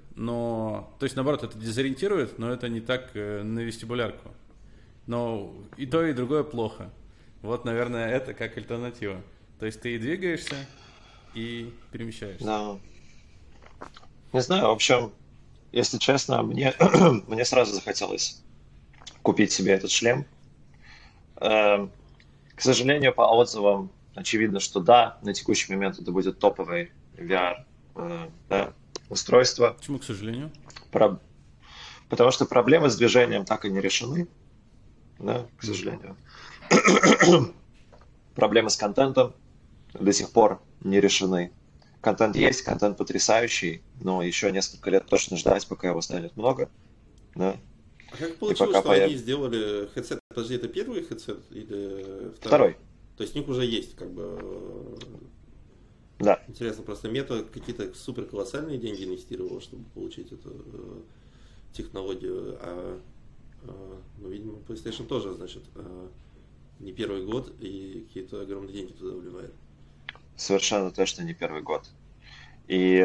но... То есть, наоборот, это дезориентирует, но это не так э, на вестибулярку. Но и то, и другое плохо. Вот, наверное, это как альтернатива. То есть ты и двигаешься, и перемещаешься. Да. Не знаю, в общем, если честно, мне, мне сразу захотелось купить себе этот шлем. Эм, К сожалению, по отзывам очевидно, что да, на текущий момент это будет топовый ви ар э, да, устройство. Почему, к сожалению? Про- Потому что проблемы с движением так и не решены, да, к сожалению. Проблемы с контентом до сих пор не решены. Контент есть, контент потрясающий, но еще несколько лет точно ждать, пока его станет много. Да. А как И получилось, пока что появ- они сделали headset? Подожди, это первый headset или второй? Второй, То есть у них уже есть, как бы... э, да. Интересно, просто Мета какие-то супер колоссальные деньги инвестировала, чтобы получить эту э, технологию. А, э, ну, видимо, PlayStation тоже, значит, э, не первый год и какие-то огромные деньги туда вливает. Совершенно точно не первый год. И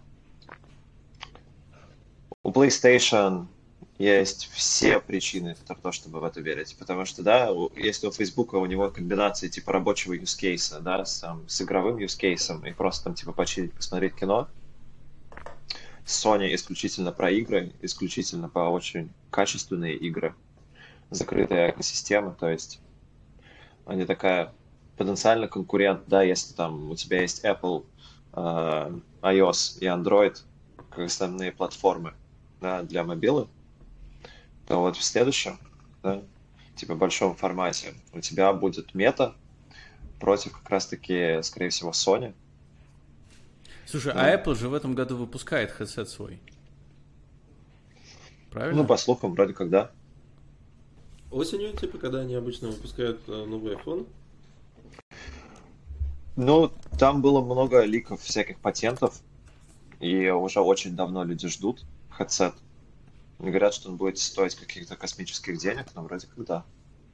у PlayStation есть все причины для того, чтобы в это верить. Потому что, да, у- если у Facebook у него комбинация типа рабочего use case, да, с, там, с игровым use case, и просто там типа почилить, посмотреть кино, Sony исключительно про игры, исключительно по очень качественные игры, закрытая экосистема, то есть они такая потенциально конкурент, да, если там у тебя есть Apple, э, iOS и Android как основные платформы, да, для мобилы, то вот в следующем, да, типа большом формате у тебя будет Meta против как раз-таки, скорее всего, Sony. Слушай, Да. а Apple же в этом году выпускает headset свой. Правильно? Ну, по слухам, вроде как да. Осенью, типа, когда они обычно выпускают э, новый iPhone. Ну, там было много ликов всяких патентов, и уже очень давно люди ждут headset. Они говорят, что он будет стоить каких-то космических денег, но вроде как да.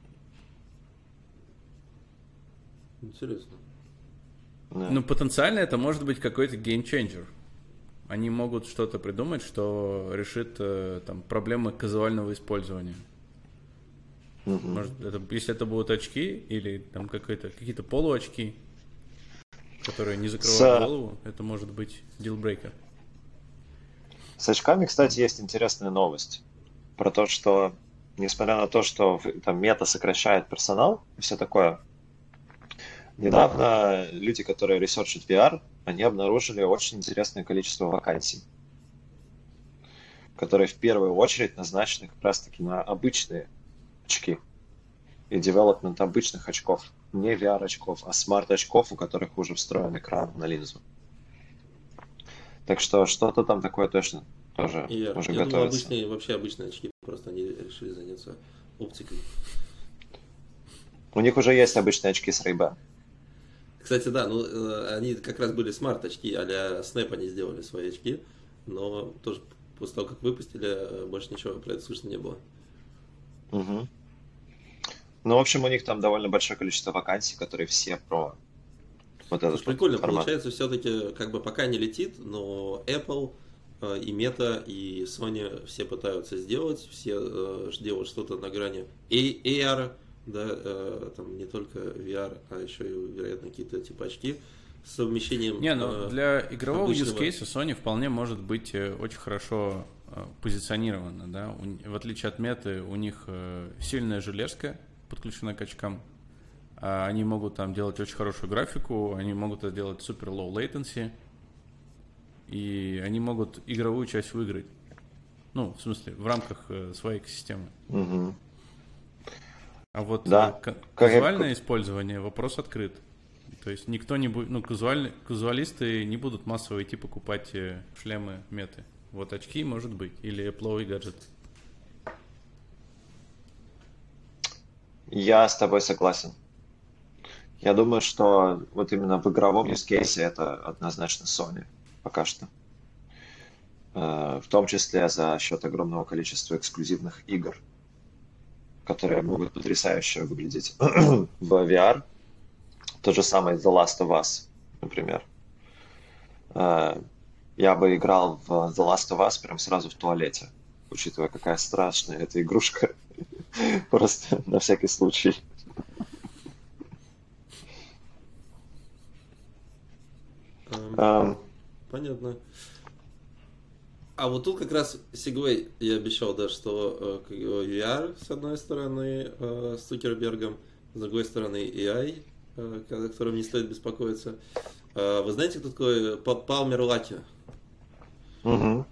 Интересно. Да. Ну, потенциально это может быть какой-то геймченджер. Они могут что-то придумать, что решит э, там, проблемы казуального использования. Мгм. Может, это, если это будут очки или там какие-то, какие-то полуочки, которые не закрывают С- голову, это может быть дилбрейкер. С очками, кстати, есть интересная новость про то, что, несмотря на то, что в- там мета сокращает персонал и все такое, недавно люди, которые ресерчат ви ар, они обнаружили очень интересное количество вакансий, которые в первую очередь назначены как раз-таки на обычные очки и девелопмент обычных очков, не ви ар очков, а смарт очков, у которых уже встроен экран на линзу. Так что что-то там такое точно тоже И я, уже я думаю, готовится. обычные, вообще обычные очки, просто они решили заняться оптикой. У них уже есть обычные очки с Ray-Ban. Кстати, да, ну э, они как раз были смарт-очки, а-ля Snap они сделали свои очки, но тоже после того, как выпустили, э, больше ничего про это слышно не было. Мгм. Ну, в общем, у них там довольно большое количество вакансий, которые все про вот этот Слушай, вот прикольно, формат. получается, все-таки как бы пока не летит, но Apple э, и Meta и Sony все пытаются сделать, все э, делают что-то на грани A- эй ар, да, э, там не только ви ар, а еще и, вероятно, какие-то типа очки с совмещением. Не, ну э, для игрового обычного- use case Sony вполне может быть э, очень хорошо э, позиционирована, да. У- В отличие от меты, у них э, сильная железка подключена к очкам. А Они могут там делать очень хорошую графику, они могут это делать супер low latency, и они могут игровую часть выиграть. Ну, в смысле, в рамках э, своей экосистемы. Мгм. А вот Да. э, ка- Как я- казуальное использование, вопрос открыт. То есть никто не будет, ну, казуаль- казуалисты не будут массово идти покупать э, шлемы меты. Вот очки, может быть, или Apple гаджет. Я с тобой согласен. Я думаю, что вот именно в игровом use case это однозначно Sony пока что. Э, В том числе за счет огромного количества эксклюзивных игр, которые могут потрясающе выглядеть в ви ар. Тот же самый The Last of Us, например. Э, я бы играл в The Last of Us прям сразу в туалете, учитывая, какая страшная эта игрушка. Просто на всякий случай. Эм, Эм, Понятно. А вот тут как раз Segway, я обещал, да, что э, как его ви ар с одной стороны э, с Цукербергом, с другой стороны эй ай, э, о котором не стоит беспокоиться. Э, вы знаете, кто такой Па- Палмер Лаки? мгм.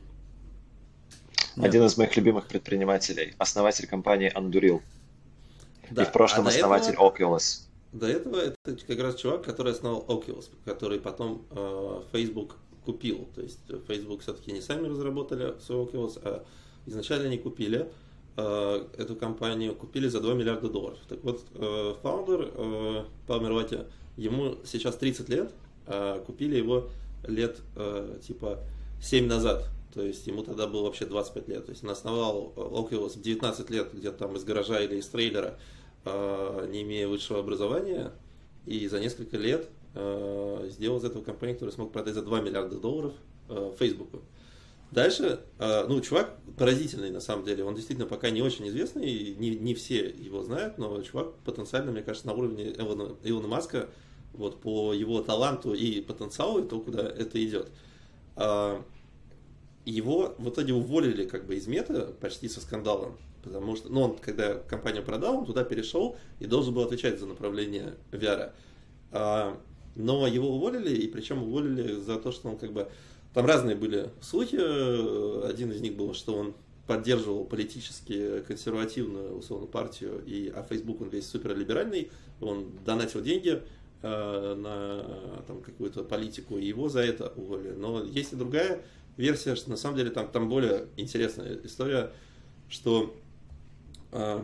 Нет. Один из моих любимых предпринимателей, основатель компании Anduril. И Да, в прошлом а до основатель этого, Oculus. до этого это как раз чувак, который основал Oculus, который потом э, Facebook купил. То есть э, Facebook все-таки не сами разработали свой Oculus, а изначально они купили э, эту компанию, купили за два миллиарда долларов. Так вот, э, фаундер э, Палмер Лаки, ему сейчас тридцать лет, а купили его лет э, типа семь назад. То есть ему тогда было вообще двадцать пять лет. То есть он основал Oculus в девятнадцать лет, где-то там из гаража или из трейлера, э, не имея высшего образования, и за несколько лет э, сделал из этого компанию, которую смог продать за два миллиарда долларов э, Фейсбуку. Дальше, э, ну, чувак поразительный на самом деле, он действительно пока не очень известный, и не, не все его знают, но чувак потенциально, мне кажется, на уровне Илона, Илона Маска, вот по его таланту и потенциалу, и то, куда это идет. А, Его в итоге уволили как бы из Мета почти со скандалом, потому что, ну, он, когда компанию продал, он туда перешел и должен был отвечать за направление ви ар. А, но его уволили, и причем уволили за то, что он как бы... Там разные были слухи. Один из них был, что он поддерживал политически консервативную, условно, партию, и, а Facebook он весь суперлиберальный, он донатил деньги э, на там, какую-то политику, и его за это уволили. Но есть и другая версия, что на самом деле там, там более интересная история, что э,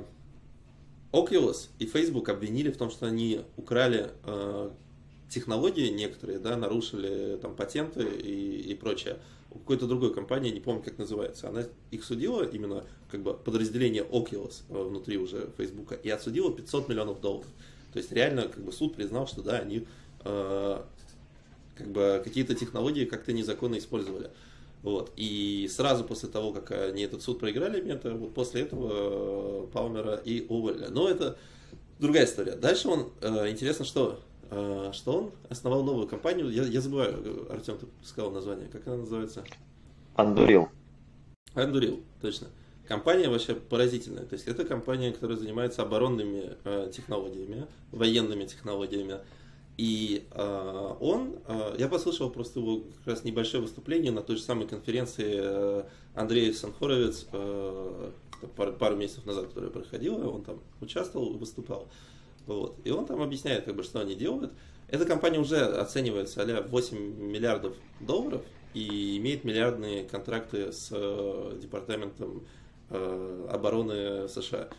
Oculus и Facebook обвинили в том, что они украли э, технологии некоторые, да, нарушили там патенты и, и прочее. У какой-то другой компании, не помню, как называется, она их судила, именно как бы подразделение Oculus э, внутри уже Facebook, и отсудила пятьсот миллионов долларов. То есть реально как бы суд признал, что да, они э, как бы какие-то технологии как-то незаконно использовали. Вот. И сразу после того, как они этот суд проиграли, Мета, вот после этого Палмера и уволили. Но это другая история. Дальше он, э, интересно, что, э, что он основал новую компанию. Я, я забываю, Артем, ты сказал название. Как она называется? Anduril. Anduril, точно. Компания вообще поразительная. То есть это компания, которая занимается оборонными э, технологиями, военными технологиями. И э, он, э, я послушал просто его как раз небольшое выступление на той же самой конференции э, Андрея Санхоровец э, пару, пару месяцев назад, которая проходила, он там участвовал и выступал. Вот. И он там объясняет, как бы, что они делают. Эта компания уже оценивается а-ля восемь миллиардов долларов и имеет миллиардные контракты с э, Департаментом э, обороны США.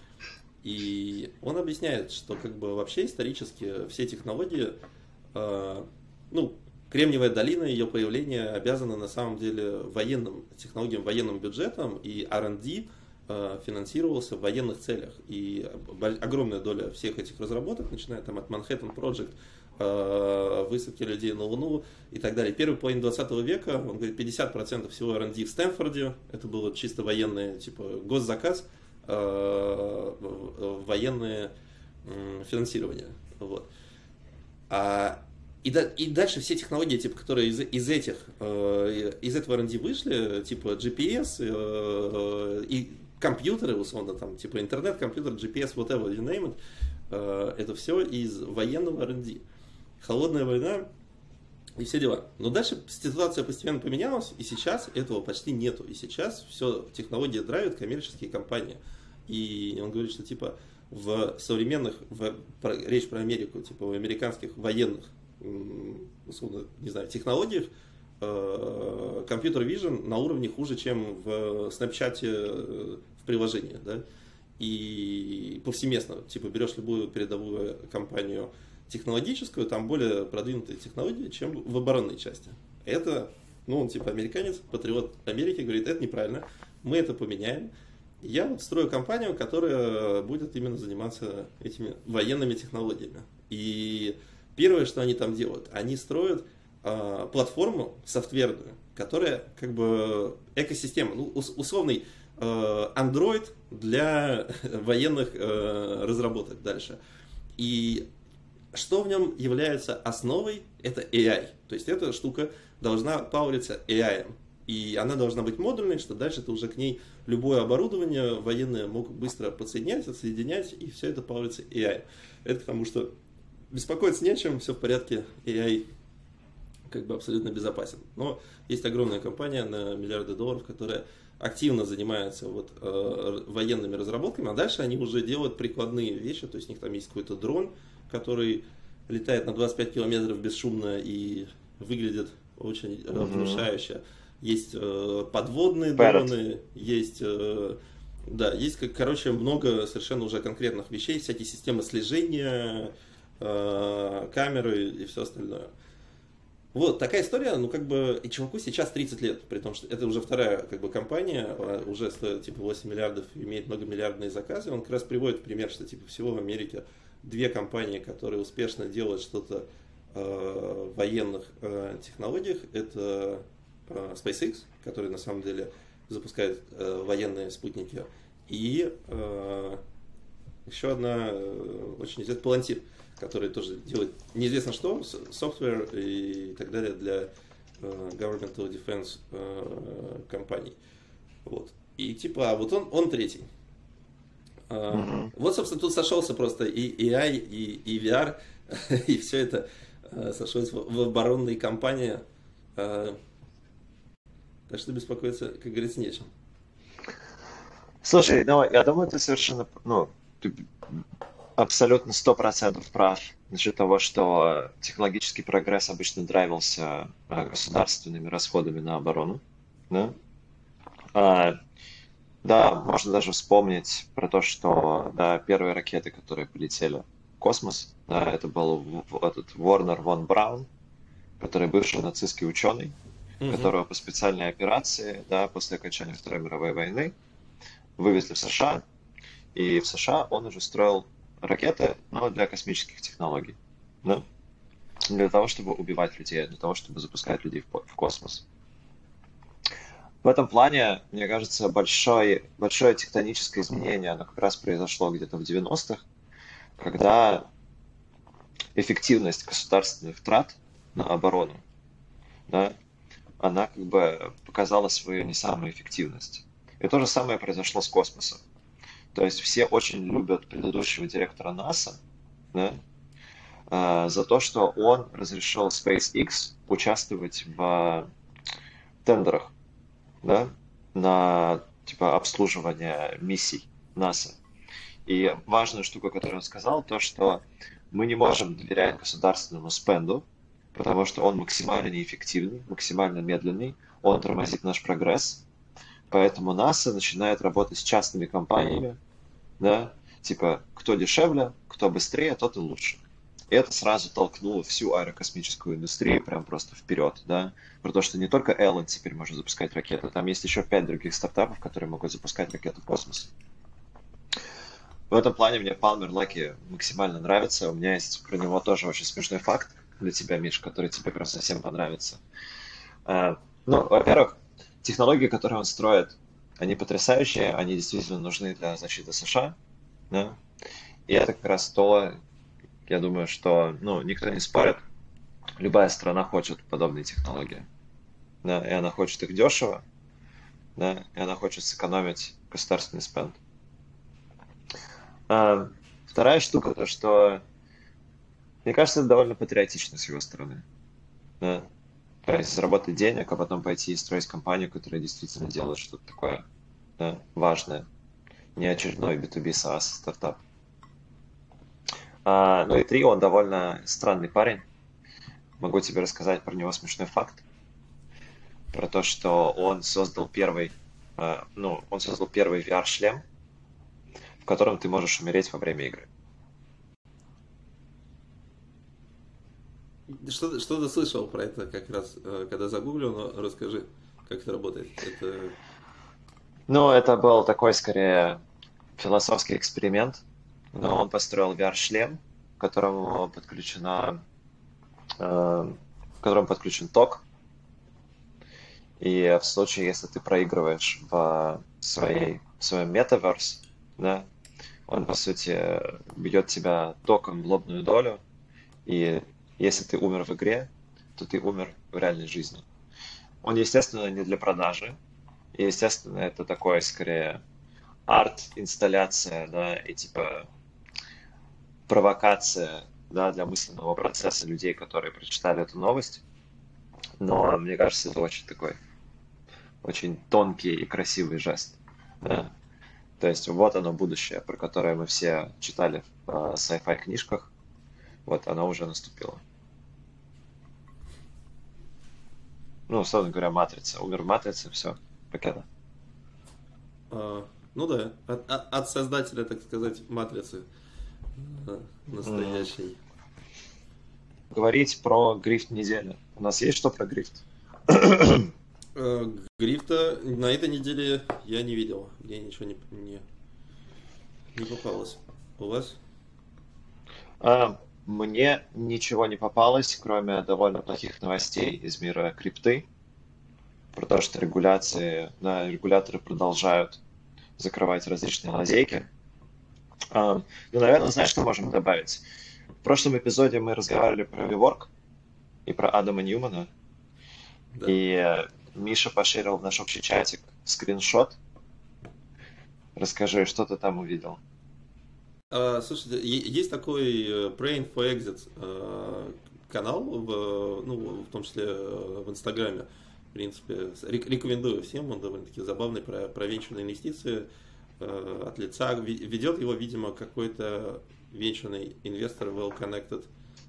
И он объясняет, что как бы вообще исторически все технологии, э, ну, Кремниевая долина, ее появление обязано на самом деле военным технологиям, военным бюджетом, и ар энд ди э, финансировался в военных целях. И огромная доля всех этих разработок, начиная там от Manhattan Project, э, высадки людей на Луну и так далее. Первый половина двадцатого века, он говорит, пятьдесят процентов всего ар энд ди в Стэнфорде, это было чисто военный, типа, госзаказ, военное финансирование. Вот. А, и, да, и дальше все технологии, типа, которые из, из этих, из этого ар энд ди вышли, типа джи пи эс и компьютеры, условно, там, типа интернет, компьютер, джи пи эс, whatever, you name it, это все из военного ар энд ди. Холодная война и все дела. Но дальше ситуация постепенно поменялась, и сейчас этого почти нету. И сейчас все технологии драйвят коммерческие компании. И он говорит, что типа в современных, в, про, речь про Америку, типа в американских военных, условно, не знаю, технологиях, э, компьютер Vision на уровне хуже, чем в Snapchat э, в приложении, да, и повсеместно, типа берешь любую передовую компанию технологическую, там более продвинутые технологии, чем в оборонной части. Это, ну, он типа американец, патриот Америки, говорит, это неправильно, мы это поменяем. Я вот строю компанию, которая будет именно заниматься этими военными технологиями. И первое, что они там делают, они строят э, платформу софтверную, которая как бы экосистема, ну, условный Android для военных разработок дальше. И что в нем является основой, это эй ай. То есть эта штука должна пауэриться эй ай. И она должна быть модульной, что дальше ты уже к ней любое оборудование военные могут быстро подсоединять, отсоединять, и все это пауэрится эй ай. Это потому что беспокоиться не о чем, все в порядке, эй ай как бы абсолютно безопасен. Но есть огромная компания на миллиарды долларов, которая активно занимается вот, э, военными разработками, а дальше они уже делают прикладные вещи, то есть у них там есть какой-то дрон, который летает на двадцать пять километров бесшумно и выглядит очень э, внушающе. Есть э, подводные дроны, есть, э, да, есть, как, короче, много совершенно уже конкретных вещей, всякие системы слежения, э, камеры и все остальное. Вот, такая история, ну, как бы, и чуваку сейчас тридцать лет, при том, что это уже вторая, как бы, компания, уже стоит, типа, восемь миллиардов, имеет многомиллиардные заказы, он как раз приводит в пример, что, типа, всего в Америке две компании, которые успешно делают что-то э, в военных э, технологиях, это э, SpaceX, который, на самом деле, запускает э, военные спутники, и э, еще одна э, очень известная, Palantir, который тоже делает неизвестно что, софтвер и так далее для uh, governmental defense uh, компаний. Вот. И типа, а вот он, он третий. Uh, mm-hmm. Вот, собственно, тут сошелся просто и эй ай, и, и ви ар, и все это uh, сошлось в, в оборонной компании. Uh, так что беспокоиться, как говорится, нечем. Слушай, ну, я думаю, ты совершенно, ну, ты абсолютно сто процентов прав насчет того, что технологический прогресс обычно драйвился государственными расходами на оборону. Да? А, да, можно даже вспомнить про то, что да, первые ракеты, которые полетели в космос, да, это был этот Ворнер фон Браун, который бывший нацистский ученый, mm-hmm. которого по специальной операции, да, после окончания Второй мировой войны вывезли в США, и в США он уже строил ракеты, но для космических технологий. Да? Для того, чтобы убивать людей, для того, чтобы запускать людей в космос. В этом плане, мне кажется, большое, большое тектоническое изменение, оно как раз произошло где-то в девяностых, когда эффективность государственных трат на оборону, да, она как бы показала свою не самую эффективность. И то же самое произошло с космосом. То есть все очень любят предыдущего директора НАСА, да, э, за то, что он разрешил SpaceX участвовать в тендерах, да, на типа обслуживание миссий НАСА. И важная штука, которую он сказал, то, что мы не можем доверять государственному спенду, потому что он максимально неэффективный, максимально медленный, он тормозит наш прогресс. Поэтому НАСА начинает работать с частными компаниями, да, типа, кто дешевле, кто быстрее, тот и лучше. И это сразу толкнуло всю аэрокосмическую индустрию прям просто вперед, да, про то, что не только Эллен теперь может запускать ракеты, там есть еще пять других стартапов, которые могут запускать ракеты в космос. В этом плане мне Palmer Luckey максимально нравится, у меня есть про него тоже очень смешной факт для тебя, Миш, который тебе прям совсем понравится. Ну, во-первых, технологии, которые он строит, они потрясающие, они действительно нужны для защиты США, да? И это как раз то, я думаю, что, ну, никто не спорит, любая страна хочет подобные технологии, да? И она хочет их дешево, да? И она хочет сэкономить государственный спенд. А вторая штука, то что, мне кажется, это довольно патриотично с его стороны, да? То есть заработать денег, а потом пойти и строить компанию, которая действительно делает что-то такое, да, важное. Не очередной би ту би SaaS стартап. А, ну и три, он довольно странный парень. Могу тебе рассказать про него смешной факт. Про то, что он создал первый, а, ну, он создал первый ви ар-шлем, в котором ты можешь умереть во время игры. Что, что ты слышал про это как раз, когда загуглил, но расскажи, как это работает. Это... Ну, это был такой, скорее, философский эксперимент. Но он построил ви ар-шлем, к которому подключена, э, к которому подключен ток. И в случае, если ты проигрываешь в, своей, в своем метаверс, да, он, по сути, бьет тебя током в лобную долю, и если ты умер в игре, то ты умер в реальной жизни. Он, естественно, не для продажи, и, естественно, это такое, скорее, арт-инсталляция, да, и типа провокация, да, для мысленного процесса людей, которые прочитали эту новость. Но мне кажется, это очень такой, очень тонкий и красивый жест. Да. То есть вот оно будущее, про которое мы все читали в uh, sci-fi книжках. Вот оно уже наступило. Ну, условно говоря, матрица. Умер в матрице, все, покеда. А, ну да, от, от, от создателя, так сказать, матрицы настоящей. Mm. Говорить про грифт недели. У нас есть что про грифт? Грифта на этой неделе я не видел. Мне ничего не, не, не попалось. У вас? А, мне ничего не попалось, кроме довольно плохих новостей из мира крипты. Про то, что регуляции, да, регуляторы продолжают закрывать различные лазейки. А, ну, наверное, знаешь, что можем добавить? В прошлом эпизоде мы разговаривали про WeWork и про Адама Ньюмана. Да. И Миша пошерил в наш общий чатик скриншот. Расскажи, что ты там увидел? А, слушайте, есть такой Praying for Exit канал, в, ну, в том числе в Инстаграме. В принципе, рекомендую всем, он довольно-таки забавный, про, про венчурные инвестиции от лица. Ведет его, видимо, какой-то венчурный инвестор, well connected.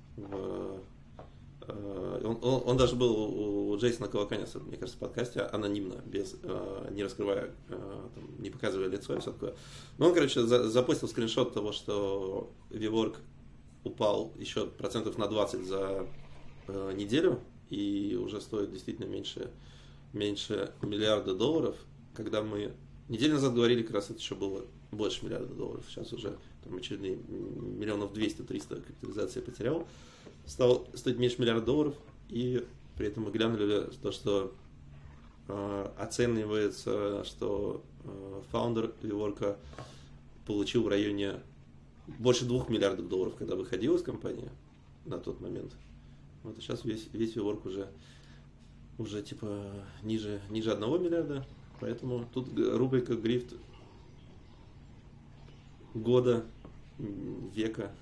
Он, он, он даже был у Джейсона Калаканиса, мне кажется, в подкасте, анонимно, без, не раскрывая, там, не показывая лицо и все такое. Но он, короче, за, запустил скриншот того, что WeWork упал еще процентов на двадцать за неделю и уже стоит действительно меньше, меньше миллиарда долларов. Когда мы неделю назад говорили, как раз это еще было больше миллиарда долларов. Сейчас уже там очередные миллионов двести-триста капитализация потерял. Стал стоить меньше миллиарда долларов, и при этом мы глянули то, что э, оценивается, что э, фаундер WeWork получил в районе больше двух миллиардов долларов, когда выходил из компании на тот момент. Вот, и сейчас весь, весь WeWork уже, уже типа ниже, ниже одного миллиарда, поэтому тут рубрика «Грифт года, века».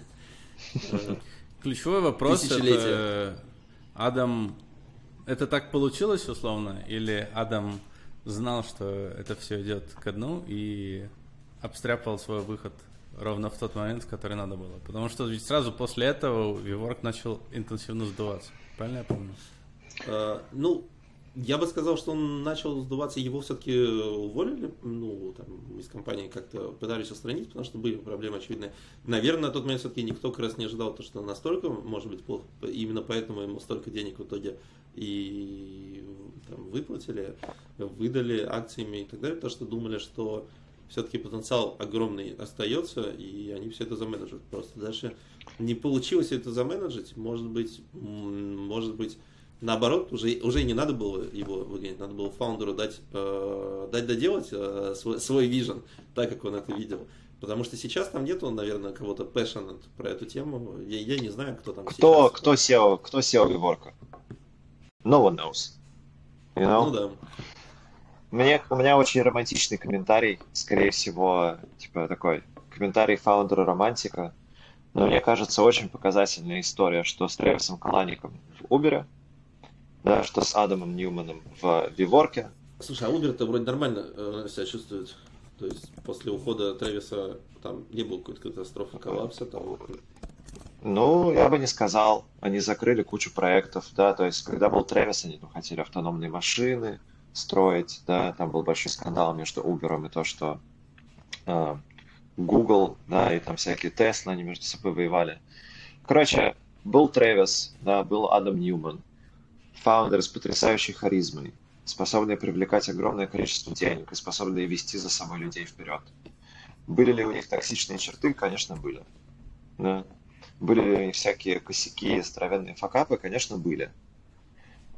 Ключевой вопрос — это Адам, это так получилось условно, или Адам знал, что это все идет ко дну и обстряпал свой выход ровно в тот момент, в который надо было? Потому что ведь сразу после этого WeWork начал интенсивно сдуваться. Правильно я помню? Uh, ну, я бы сказал, что он начал сдуваться, его все-таки уволили, ну, там, из компании как-то пытались устранить, потому что были проблемы очевидные. Наверное, на тот момент все-таки никто как раз не ожидал, то, что настолько может быть плохо. Именно поэтому ему столько денег в итоге и там, выплатили, выдали акциями и так далее, потому что думали, что все-таки потенциал огромный остается, и они все это заменеджат. Просто дальше не получилось это заменеджить, может быть, может быть, наоборот, уже, уже не надо было его выгонять, надо было фаундеру дать, э, дать доделать э, свой, свой вижен, так как он это видел. Потому что сейчас там нету, наверное, кого-то passionate про эту тему. Я, я не знаю, кто там кто, сейчас. Кто сео, кто сео WeWork? No one knows. You know? Ну да. Мне, у меня очень романтичный комментарий, скорее всего, типа такой комментарий фаундера-романтика. Но мне кажется, очень показательная история, что с Трэвисом Калаником в Uber, да, что с Адамом Ньюманом в WeWork. Слушай, а Uber-то вроде нормально э, себя чувствует. То есть после ухода Трэвиса там не было какой-то катастрофы, коллапса. Там... Ну, я бы не сказал. Они закрыли кучу проектов, да, то есть когда был Трэвис, они там хотели автономные машины строить, да, там был большой скандал между Uber и то, что э, Google, да, и там всякие Tesla, они между собой воевали. Короче, был Трэвис, да, был Адам Ньюман, фаундер с потрясающей харизмой, способные привлекать огромное количество денег и способные вести за собой людей вперед. Были ли у них токсичные черты? Конечно, были. Да. Были ли у них всякие косяки, здоровенные факапы? Конечно, были.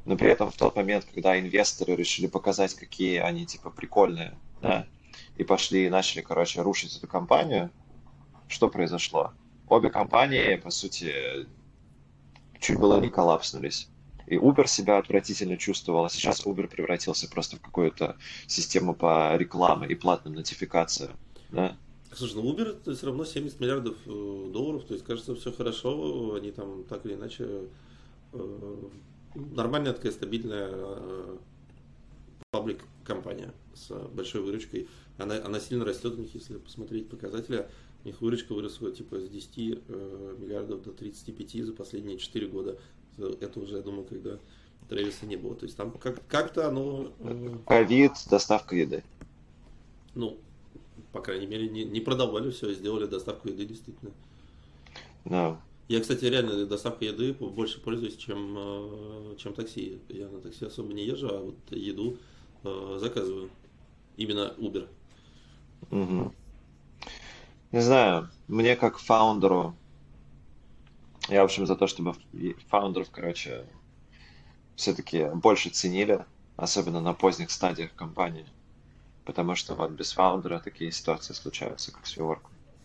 но при этом в тот момент, когда инвесторы решили показать, какие они, типа, прикольные, да, и пошли и начали, короче, рушить эту компанию, что произошло? Обе компании, по сути, чуть было не коллапснулись. И Uber себя отвратительно чувствовал, а сейчас Uber превратился просто в какую-то систему по рекламе и платным нотификациям, да? Слушай, ну Uber это все равно семьдесят миллиардов э, долларов, то есть кажется все хорошо, они там так или иначе э, нормальная такая стабильная э, паблик компания с большой выручкой. Она, она сильно растет у них, если посмотреть показатели. У них выручка выросла типа с десяти э, миллиардов до тридцати пяти за последние четыре года. Это уже, я думаю, когда Трэвиса не было. То есть там как- как-то оно... э, Ковид, доставка еды. ну, по крайней мере, не, не продавали все, сделали доставку еды действительно. Да. Я, кстати, реально доставкой еды больше пользуюсь, чем, э, чем такси. Я на такси особо не езжу, а вот еду э, заказываю. Именно Uber. Мгм. Не знаю, мне как фаундеру, я, в общем, за то, чтобы и фаундеров, короче, все-таки больше ценили, особенно на поздних стадиях компании. Потому что вот без фаундера такие ситуации случаются, как с WeWork.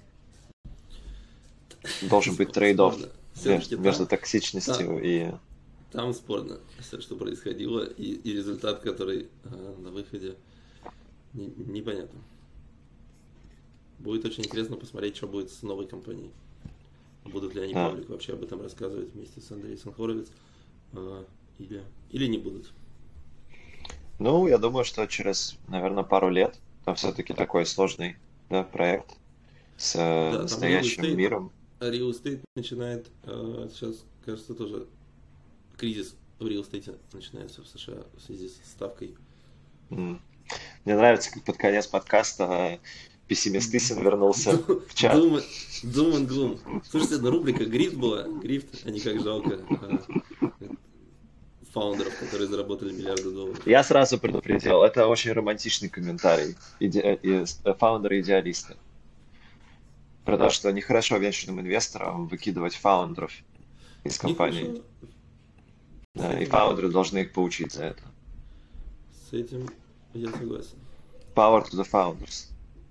Должен быть трейд-офф Спорно. между, Все-таки между там, токсичностью и... там спорно все, что происходило, и, и результат, который э, на выходе не- непонятно. Будет очень интересно посмотреть, что будет с новой компанией. Будут ли они А. паблик вообще об этом рассказывать вместе с Андреем Хоровиц, э, или, или не будут. Ну, я думаю, что через, наверное, пару лет там все-таки такой сложный, да, проект с э, там настоящим real estate. миром. А real estate начинает, э, сейчас, кажется, тоже кризис в real estate начинается в США в связи с ставкой. М. Мне нравится, как под конец подкаста э, пессимист Исин вернулся в чат. Doom, doom and gloom. Слушайте, одна рубрика Грифт была. Грифт, а не как жалко э, фаундеров, которые заработали миллиарды долларов. Я сразу предупредил, это очень романтичный комментарий иде- из- э, фаундера-идеалиста. Про то, что нехорошо венчурным инвесторам выкидывать фаундеров из компании. Нехорошо. Да, и фаундеры должны их поучить за это. С этим я согласен. Power to the founders.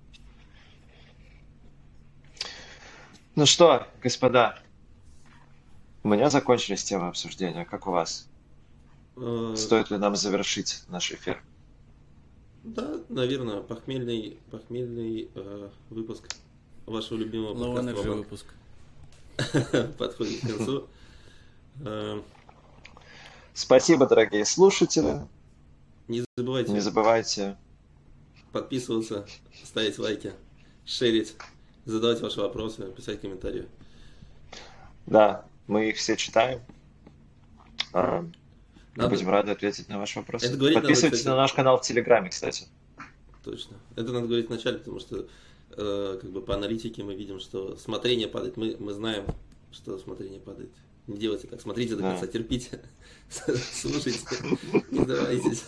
Ну что, господа, у меня закончились темы обсуждения. Как у вас? Э, Стоит ли нам завершить наш эфир? Да, наверное, похмельный, похмельный э, выпуск вашего любимого Low подкаста Energy «Ва-банк» выпуск. подходит к концу. Э, Спасибо, дорогие слушатели. Не забывайте Не забывайте. подписываться, ставить лайки, шерить, задавать ваши вопросы, писать комментарии. Да, мы их все читаем. А, Мы Надо- будем рады ответить на ваши вопросы. Это говорить надо, Подписывайтесь кстати. на наш канал в Телеграме, кстати. Точно. Это надо говорить вначале, потому что э, как бы по аналитике мы видим, что смотрение падает. Мы, мы знаем, что смотрение падает. Не делайте так. Смотрите до Да. конца, терпите, слушайте, не сдавайтесь.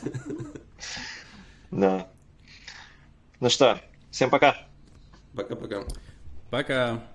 Да. Ну что, всем пока. Пока-пока. Пока.